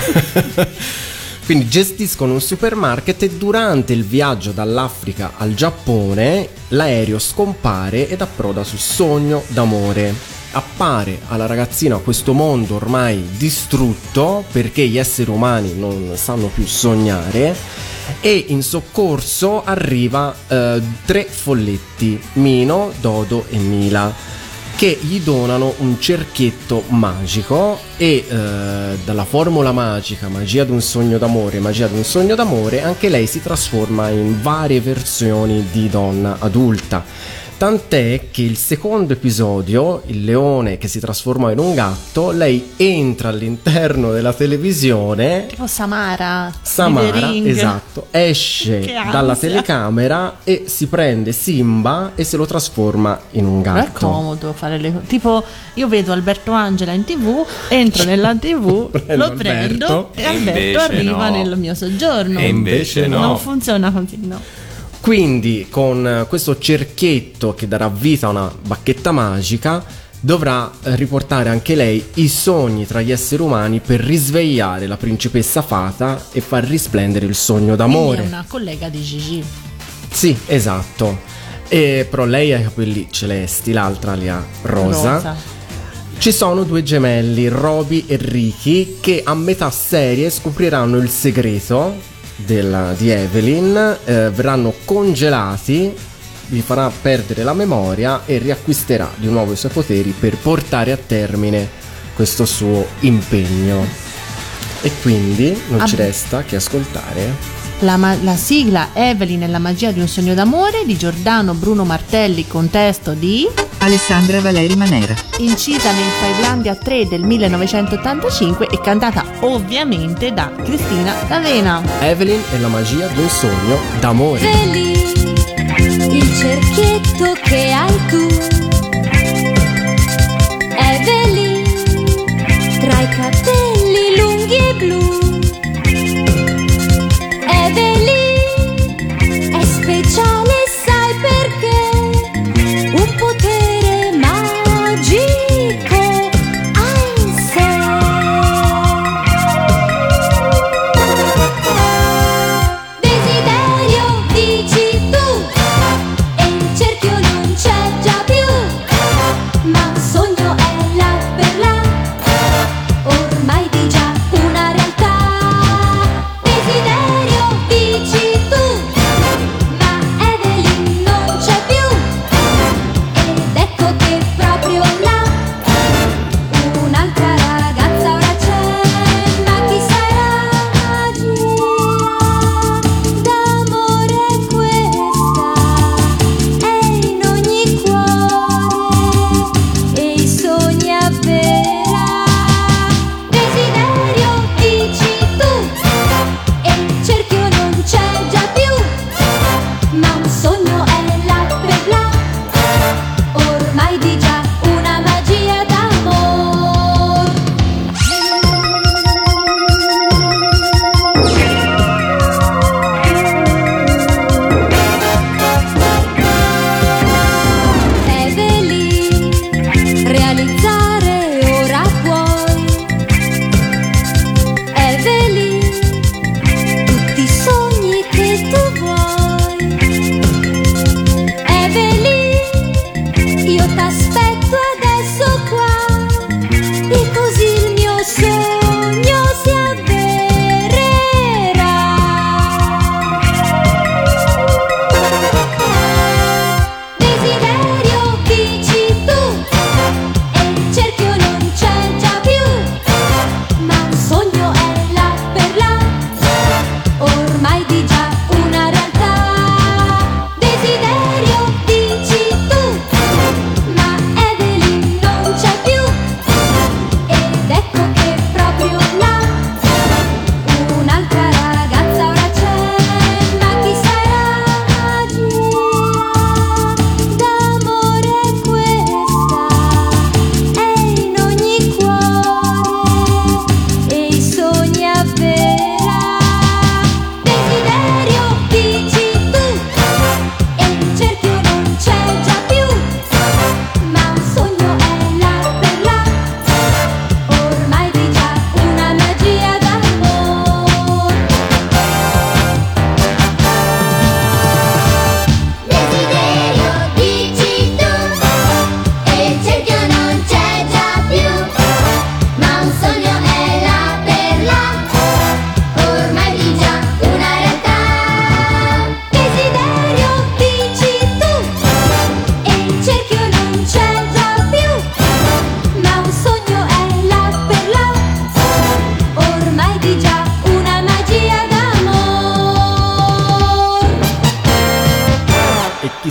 Quindi gestiscono un supermarket e durante il viaggio dall'Africa al Giappone l'aereo scompare ed approda su Sogno d'amore. Appare alla ragazzina questo mondo ormai distrutto perché gli esseri umani non sanno più sognare e in soccorso arriva 3 folletti, Mino, Dodo e Mila, che gli donano un cerchietto magico e dalla formula magica magia di un sogno d'amore, anche lei si trasforma in varie versioni di donna adulta. Tant'è che il secondo episodio, il leone che si trasforma in un gatto, lei entra all'interno della televisione, tipo Samara, esatto, esce dalla telecamera e si prende Simba e se lo trasforma in un gatto. Ma è comodo fare le cose. Tipo, io vedo Alberto Angela in TV, entro nella TV, lo prendo e Alberto arriva nel mio soggiorno. E invece no. Non funziona così, no. Quindi con questo cerchietto che darà vita a una bacchetta magica dovrà riportare anche lei i sogni tra gli esseri umani per risvegliare la principessa fata e far risplendere il sogno d'amore. Quindi è una collega di Gigi. Sì, esatto. Però lei ha i capelli celesti, l'altra li ha rosa. Ci sono 2 gemelli, Roby e Ricky, che a metà serie scopriranno il segreto di Evelyn, verranno congelati, gli farà perdere la memoria e riacquisterà di nuovo i suoi poteri per portare a termine questo suo impegno. E quindi non ci resta che ascoltare la sigla Evelyn e la magia di un sogno d'amore di Giordano Bruno Martelli con testo di Alessandra Valeri Manera, incisa nel Thailandia 3 del 1985 e cantata ovviamente da Cristina D'Avena. Evelyn e la magia di un sogno d'amore. Evelyn, il cerchietto che hai tu. Evelyn, tra i capelli lunghi e blu. Evelyn è speciale, sai perché? Un potere magico ha in sé. Desiderio, dici tu, e il cerchio non c'è già più, ma sogno è là per là, ormai di già una realtà.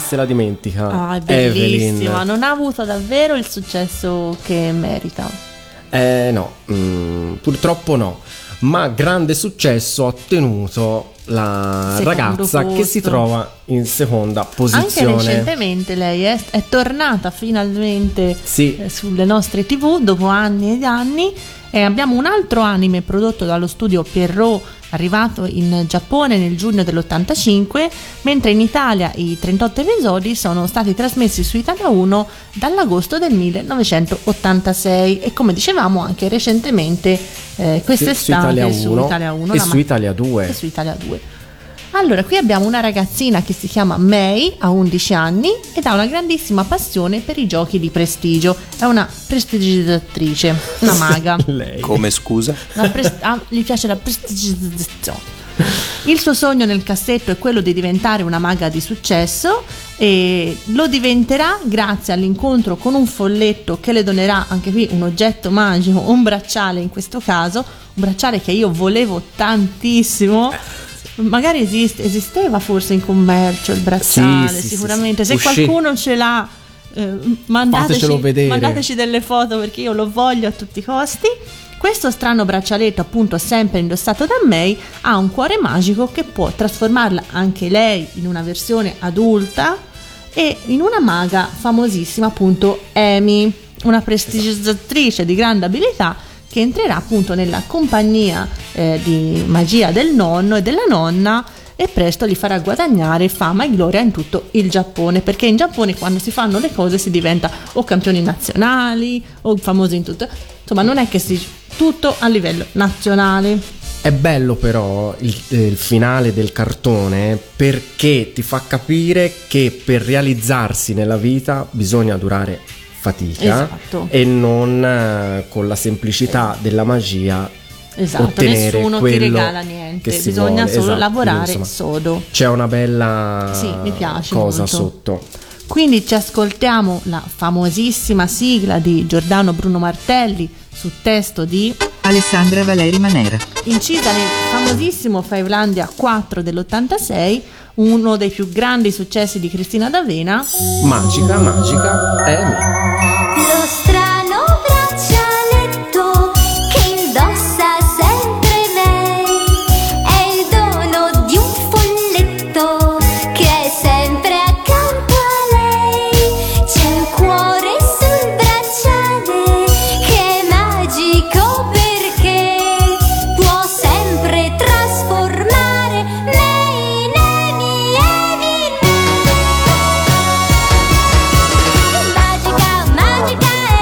se la dimentica. Ah, è bellissima, Evelyn. non ha avuto davvero il successo che merita. No, purtroppo no. Ma grande successo ha ottenuto la Secondo ragazza che si posto. trova in seconda Anche posizione. recentemente lei è tornata finalmente Sì. sulle nostre TV dopo anni ed anni. E abbiamo un altro anime prodotto dallo studio Pierrot, arrivato in Giappone nel giugno dell'85, mentre in Italia i 38 episodi sono stati trasmessi su Italia 1 dall'agosto del 1986 e, come dicevamo, anche recentemente quest'estate su Italia 1 e su Italia 2. e su Italia 2. Allora, qui abbiamo una ragazzina che si chiama Mei, ha 11 anni ed ha una grandissima passione per i giochi di prestigio. È una prestigizzatrice, una maga. Lei. Come, scusa? Gli piace la prestigizzazione. Il suo sogno nel cassetto è quello di diventare una maga di successo e lo diventerà grazie all'incontro con un folletto che le donerà, anche qui un oggetto magico, un bracciale in questo caso, un bracciale che io volevo tantissimo. Magari esisteva forse in commercio il bracciale, Sì, sicuramente. sì. Se qualcuno ce l'ha, Fatecelo vedere. mandateci delle foto perché io lo voglio a tutti i costi. Questo strano braccialetto, appunto sempre indossato da Mei, ha un cuore magico che può trasformarla anche lei in una versione adulta e in una maga famosissima, appunto Amy, una prestigizzatrice di grande abilità che entrerà appunto nella compagnia di magia del nonno e della nonna e presto gli farà guadagnare fama e gloria in tutto il Giappone, perché in Giappone quando si fanno le cose si diventa o campioni nazionali o famosi in tutto, insomma non è che si tutto a livello nazionale. È bello però il finale del cartone perché ti fa capire che per realizzarsi nella vita bisogna durare fatica, Esatto. e non con la semplicità della magia Esatto, ottenere nessuno ti quello regala niente, che si bisogna vuole. solo Esatto, lavorare quindi, insomma, sodo. c'è una bella Sì, mi piace cosa molto. sotto. Quindi ci ascoltiamo la famosissima sigla di Giordano Bruno Martelli su testo di Alessandra Valeri Manera. incisa nel famosissimo Fivelandia 4 dell'86, uno dei più grandi successi di Cristina D'Avena. Magica Amy. Lo strano braccialetto che indossa sempre lei è il dono di un folletto che è sempre accanto a lei. C'è un cuore sul bracciale che è magico perché può sempre trasformare me in Amy, Amy. Magica, magica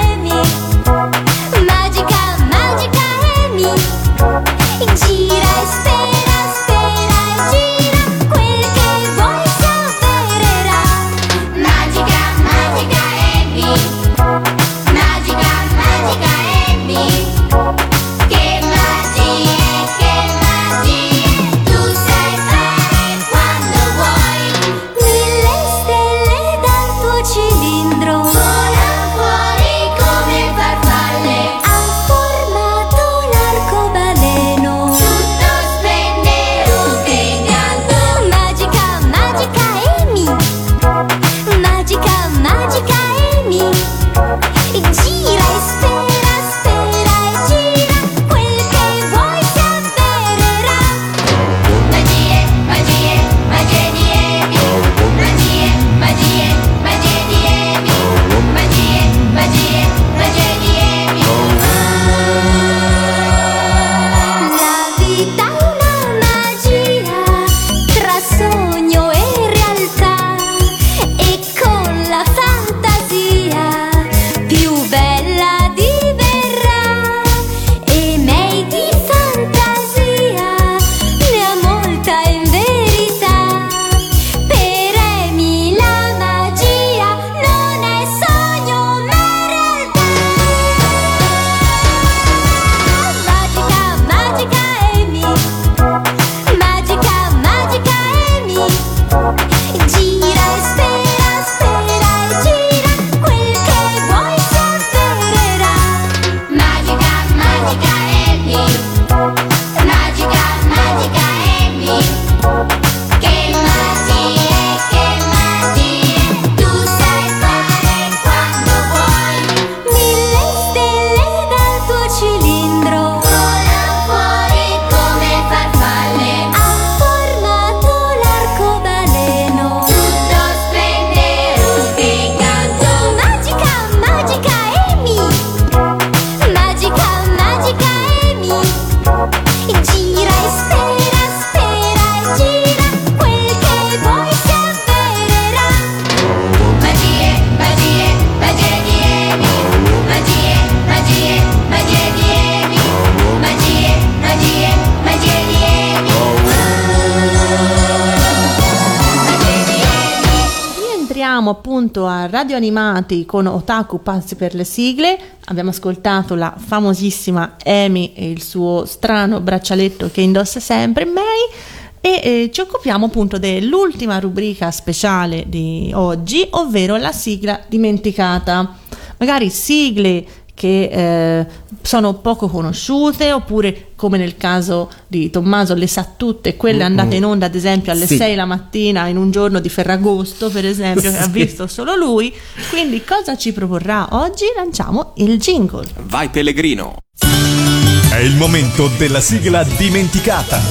siamo appunto a Radio Animati con Otaku Pazzi per le sigle. Abbiamo ascoltato la famosissima Amy e il suo strano braccialetto che indossa sempre May, e ci occupiamo appunto dell'ultima rubrica speciale di oggi, ovvero la sigla dimenticata. Magari sigle che sono poco conosciute, oppure come nel caso di Tommaso le sa tutte, quelle andate in onda ad esempio alle 6 la mattina in un giorno di Ferragosto per esempio, che ha visto solo lui. Quindi cosa ci proporrà oggi? Lanciamo il jingle. Vai Pellegrino! È il momento della sigla dimenticata.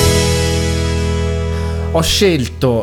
Ho scelto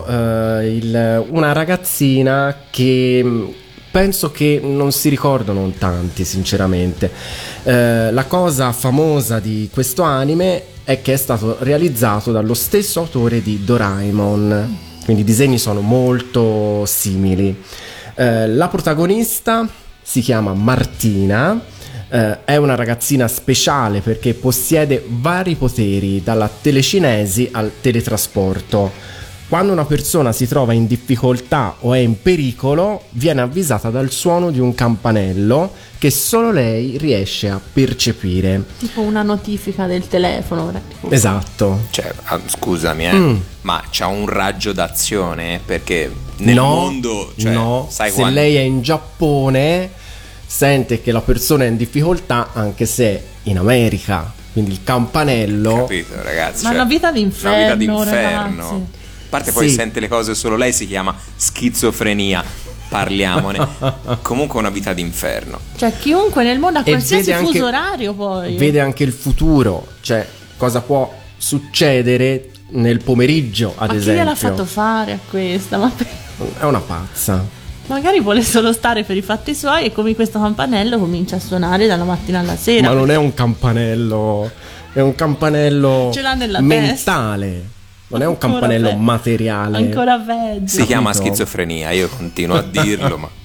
una ragazzina che penso che non si ricordano in tanti, sinceramente. La cosa famosa di questo anime è che è stato realizzato dallo stesso autore di Doraemon, quindi i disegni sono molto simili. La protagonista si chiama Martina, è una ragazzina speciale perché possiede vari poteri, dalla telecinesi al teletrasporto. Quando una persona si trova in difficoltà o è in pericolo, viene avvisata dal suono di un campanello che solo lei riesce a percepire. Tipo una notifica del telefono. Esatto. Cioè, scusami, ma c'ha un raggio d'azione? Perché nel mondo, cioè, no, sai se quando... lei è in Giappone, sente che la persona è in difficoltà anche se è in America. Quindi il campanello... Capito, ragazzi. Ma cioè, una vita d'inferno, una vita d'inferno. ragazzi. A parte poi sente le cose solo lei, si chiama schizofrenia, parliamone. Comunque una vita d'inferno. Cioè chiunque nel mondo a qualsiasi vede fuso orario poi vede anche il futuro, cioè cosa può succedere nel pomeriggio ad esempio. Ma chi gliel'ha fatto fare a questa? È una pazza. Magari vuole solo stare per i fatti suoi e come questo campanello comincia a suonare dalla mattina alla sera. Ma non è un campanello, è un campanello ce l'ha nella mentale testa. Non è un campanello materiale. Ancora peggio. Si chiama schizofrenia, io continuo a dirlo, ma...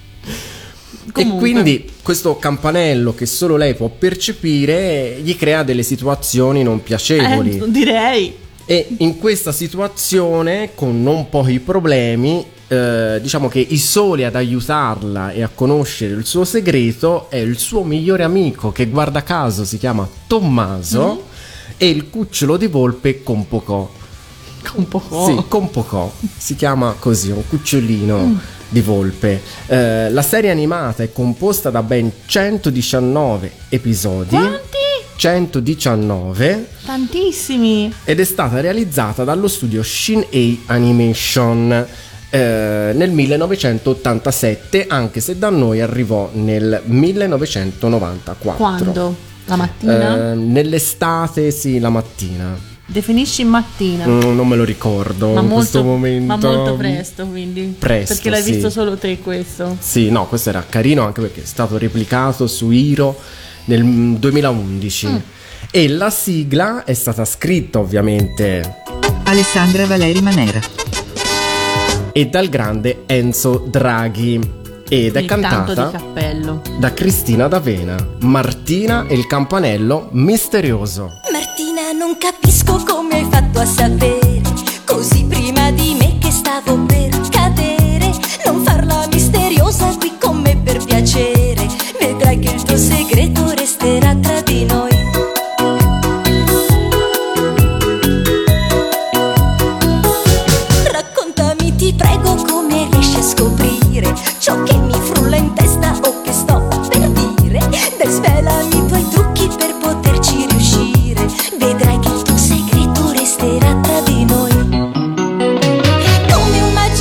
E quindi questo campanello che solo lei può percepire gli crea delle situazioni non piacevoli. Direi. E in questa situazione, con non pochi problemi, diciamo che i soli ad aiutarla e a conoscere il suo segreto è il suo migliore amico, che guarda caso si chiama Tommaso, e il cucciolo di volpe Compocò. Compocò? Sì, Compocò, si chiama così, un cucciolino di volpe. La serie animata è composta da ben 119 episodi. Quanti? 119. Tantissimi. Ed è stata realizzata dallo studio Shin-Ei Animation nel 1987, anche se da noi arrivò nel 1994. Quando? La mattina? Nell'estate, sì, la mattina. Definisci mattina? Non me lo ricordo in questo momento. Ma molto presto, quindi. Presto, perché l'hai sì. visto solo te questo? Sì, no, questo era carino anche perché è stato replicato su Hiro nel 2011. E la sigla è stata scritta ovviamente Alessandra Valeri Manera e dal grande Enzo Draghi, ed è Il tanto cantata di cappello da Cristina D'Avena. Martina e il campanello misterioso. Martina, non capisco come hai fatto a sapere così prima di me che stavo per cadere. Non farla misteriosa qui con me per piacere, vedrai che il tuo segreto resterà tra di noi. Raccontami, ti prego, come riesci a scoprire ciò che mi frulla in testa o che sto per dire. Dai, svelami i tuoi trucchi per poterci riuscire, vedrai che il tuo segreto resterà tra di noi. Come un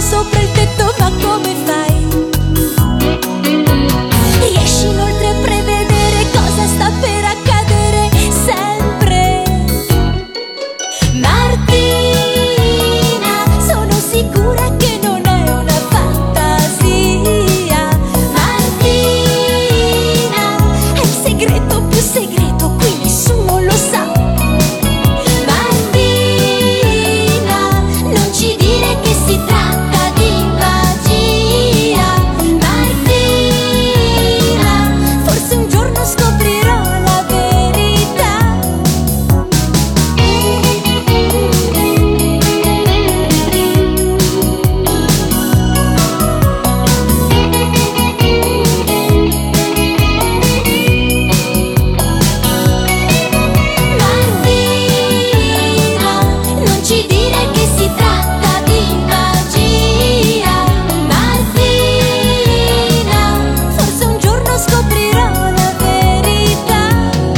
sopra il tetto, ma come fai? Riesci inoltre a prevedere cosa sta per accadere sempre? Martina, sono sicura che non è una fantasia. Martina, è il segreto più segreto, qui nessuno lo sa. Martina, non ci dire che si tratta di magia. Martina, forse un giorno scoprirò la verità. Martina, non ci dire che si tratta di magia. Martina, forse un giorno scoprirò la verità.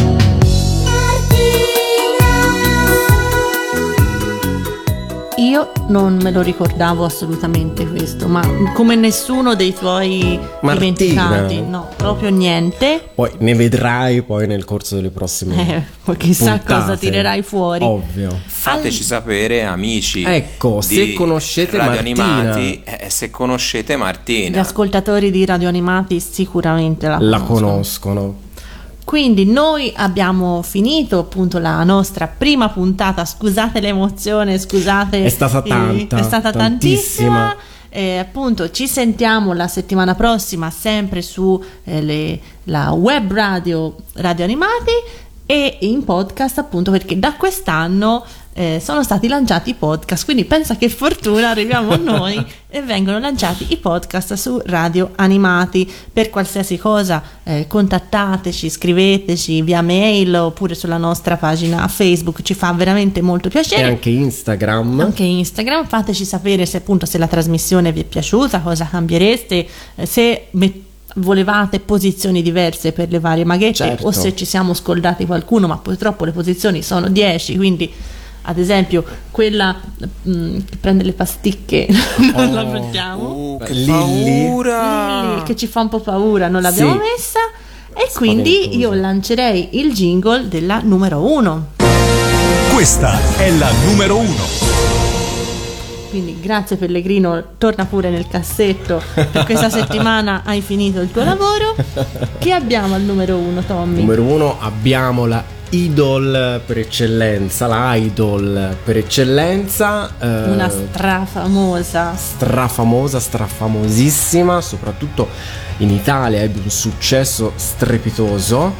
Io non me lo ricordavo assolutamente questo, ma come nessuno dei tuoi Martina. dimenticati, no, proprio niente. Poi ne vedrai poi nel corso delle prossime Poi chissà puntate. cosa tirerai fuori. Ovvio. Fateci sapere, amici. Ecco, se di conoscete Radio Martina. Animati, se conoscete Gli Martina. ascoltatori di Radio Animati sicuramente La conoscono. Quindi noi abbiamo finito appunto la nostra prima puntata. Scusate l'emozione, scusate. È stata tanta, è stata tantissima. tantissima. Appunto ci sentiamo la settimana prossima sempre su la web radio Animati e in podcast, appunto perché da quest'anno sono stati lanciati i podcast, quindi pensa che fortuna, arriviamo noi e vengono lanciati i podcast su Radio Animati. Per qualsiasi cosa contattateci, scriveteci via mail oppure sulla nostra pagina Facebook, ci fa veramente molto piacere. E anche Instagram. Fateci sapere se appunto se la trasmissione vi è piaciuta, cosa cambiereste, se volevate posizioni diverse per le varie maghette, Certo. o se ci siamo scordati qualcuno, ma purtroppo le posizioni sono 10, quindi ad esempio quella che prende le pasticche non la mettiamo, Che Lilli. paura. Lilli, che ci fa un po' paura, non l'abbiamo Sì. messa, e quindi io lancerei il jingle della numero 1. Questa è la numero 1. Quindi grazie Pellegrino, torna pure nel cassetto, per questa settimana hai finito il tuo lavoro. Chi abbiamo al numero 1, Tommy? Numero 1 abbiamo la idol per eccellenza, la idol per eccellenza, Una strafamosa, strafamosissima, soprattutto in Italia ebbe un successo strepitoso,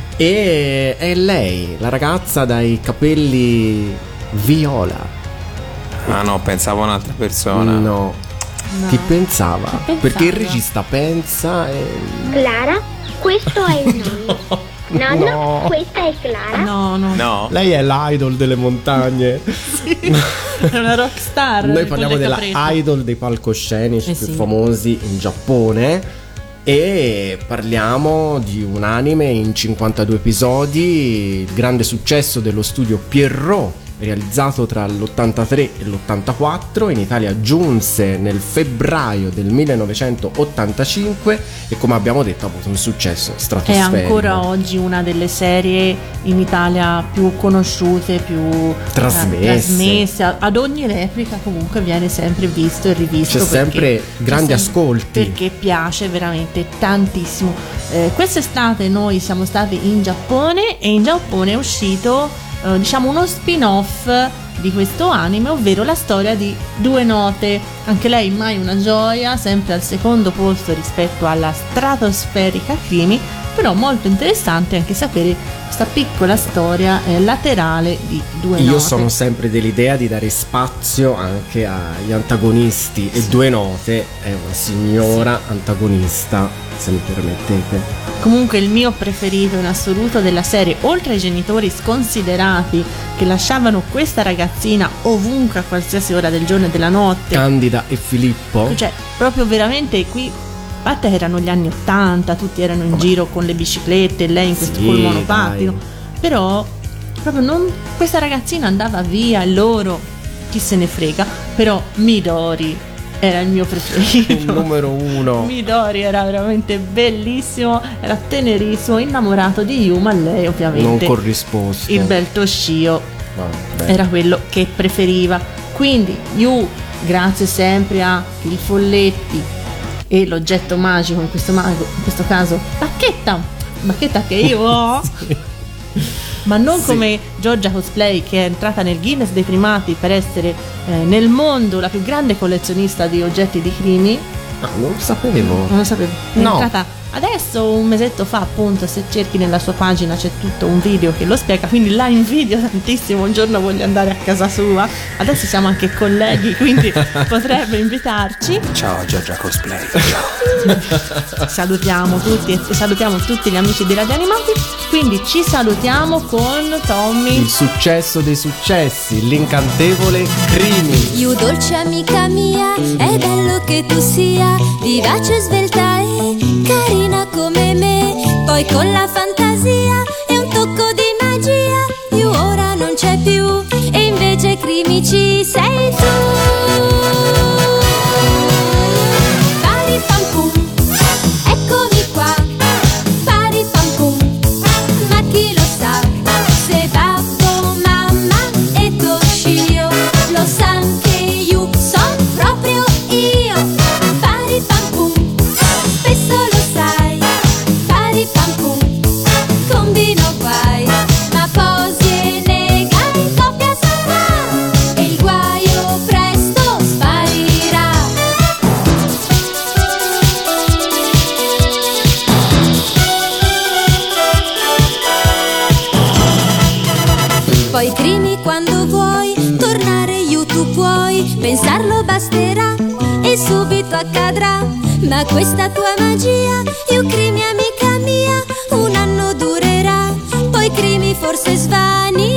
e è lei, la ragazza dai capelli viola. Ah no, pensavo a un'altra persona. No. Chi pensava? pensava? Perché il regista pensa e... Clara, questo è il nonno. Nonno, No. questa è Clara. no, No. Lei è l'idol delle montagne. è una rockstar. Noi con parliamo le della caprette. idol dei palcoscenici più sì. famosi in Giappone, e parliamo di un anime in 52 episodi, il grande successo dello studio Pierrot, realizzato tra l'83 e l'84. In Italia giunse nel febbraio del 1985 e, come abbiamo detto, ha avuto un successo È stratosferico. ancora oggi una delle serie in Italia più conosciute, più trasmesse. Ad ogni replica comunque viene sempre visto e rivisto. C'è sempre grandi ascolti. Perché piace veramente tantissimo. Quest'estate noi siamo stati in Giappone e in Giappone è uscito diciamo uno spin-off di questo anime, ovvero la storia di Due Note. Anche lei mai una gioia, sempre al secondo posto rispetto alla stratosferica Kimi, però molto interessante anche sapere questa piccola storia laterale di Due Note. Io sono sempre dell'idea di dare spazio anche agli antagonisti, e Due Note è una signora antagonista, se mi permettete. Comunque il mio preferito in assoluto della serie, oltre ai genitori sconsiderati che lasciavano questa ragazzina ovunque a qualsiasi ora del giorno e della notte, Candida e Filippo. cioè proprio veramente qui, a parte che erano gli anni 80, tutti erano in giro con le biciclette e lei in questo Sì, col monopattino, dai. però proprio non, questa ragazzina andava via e loro chi se ne frega. Però Midori era il mio preferito. Il numero 1. Midori era veramente bellissimo, era tenerissimo, innamorato di Yu, ma lei ovviamente non corrisposto. il bel Toshio era quello che preferiva. Quindi Yu, grazie sempre a il Folletti e l'oggetto magico, in questo caso bacchetta che io ho. Ma non come Giorgia Cosplay, che è entrata nel Guinness dei primati per essere nel mondo la più grande collezionista di oggetti di Crimi. Ah, non lo sapevo. Non lo sapevo. È No. entrata adesso, un mesetto fa, appunto. Se cerchi nella sua pagina c'è tutto un video che lo spiega, quindi la invidio tantissimo. Un giorno voglio andare a casa sua. Adesso siamo anche colleghi, quindi potrebbe invitarci. Ciao Giorgia Cosplay. Ciao. Salutiamo tutti e salutiamo tutti gli amici di Radio Animati. Quindi ci salutiamo con Tommy. Il successo dei successi, l'incantevole Crimi. Yu, dolce amica mia, è bello che tu sia vivace, svelta e carina come me. Poi con la fantasia e un tocco di magia Yu ora non c'è più e invece Crimi ci sei tu. Pari pam pum, eccomi qua. Pari pam pum, ma chi lo sa se babbo, mamma e Toshio lo san che Yu son proprio io. Pari pam pum, spesso lo sai. Pari pam pum, combino guai, ma posi e nega in coppia sarà e il guaio presto sparirà. Poi Crimi quando vuoi tornare Yu tu puoi, pensarlo basterà e subito accadrà. Ma questa tua magia, Yu Crimi amica mia, un anno durerà, poi Crimi forse svanirà.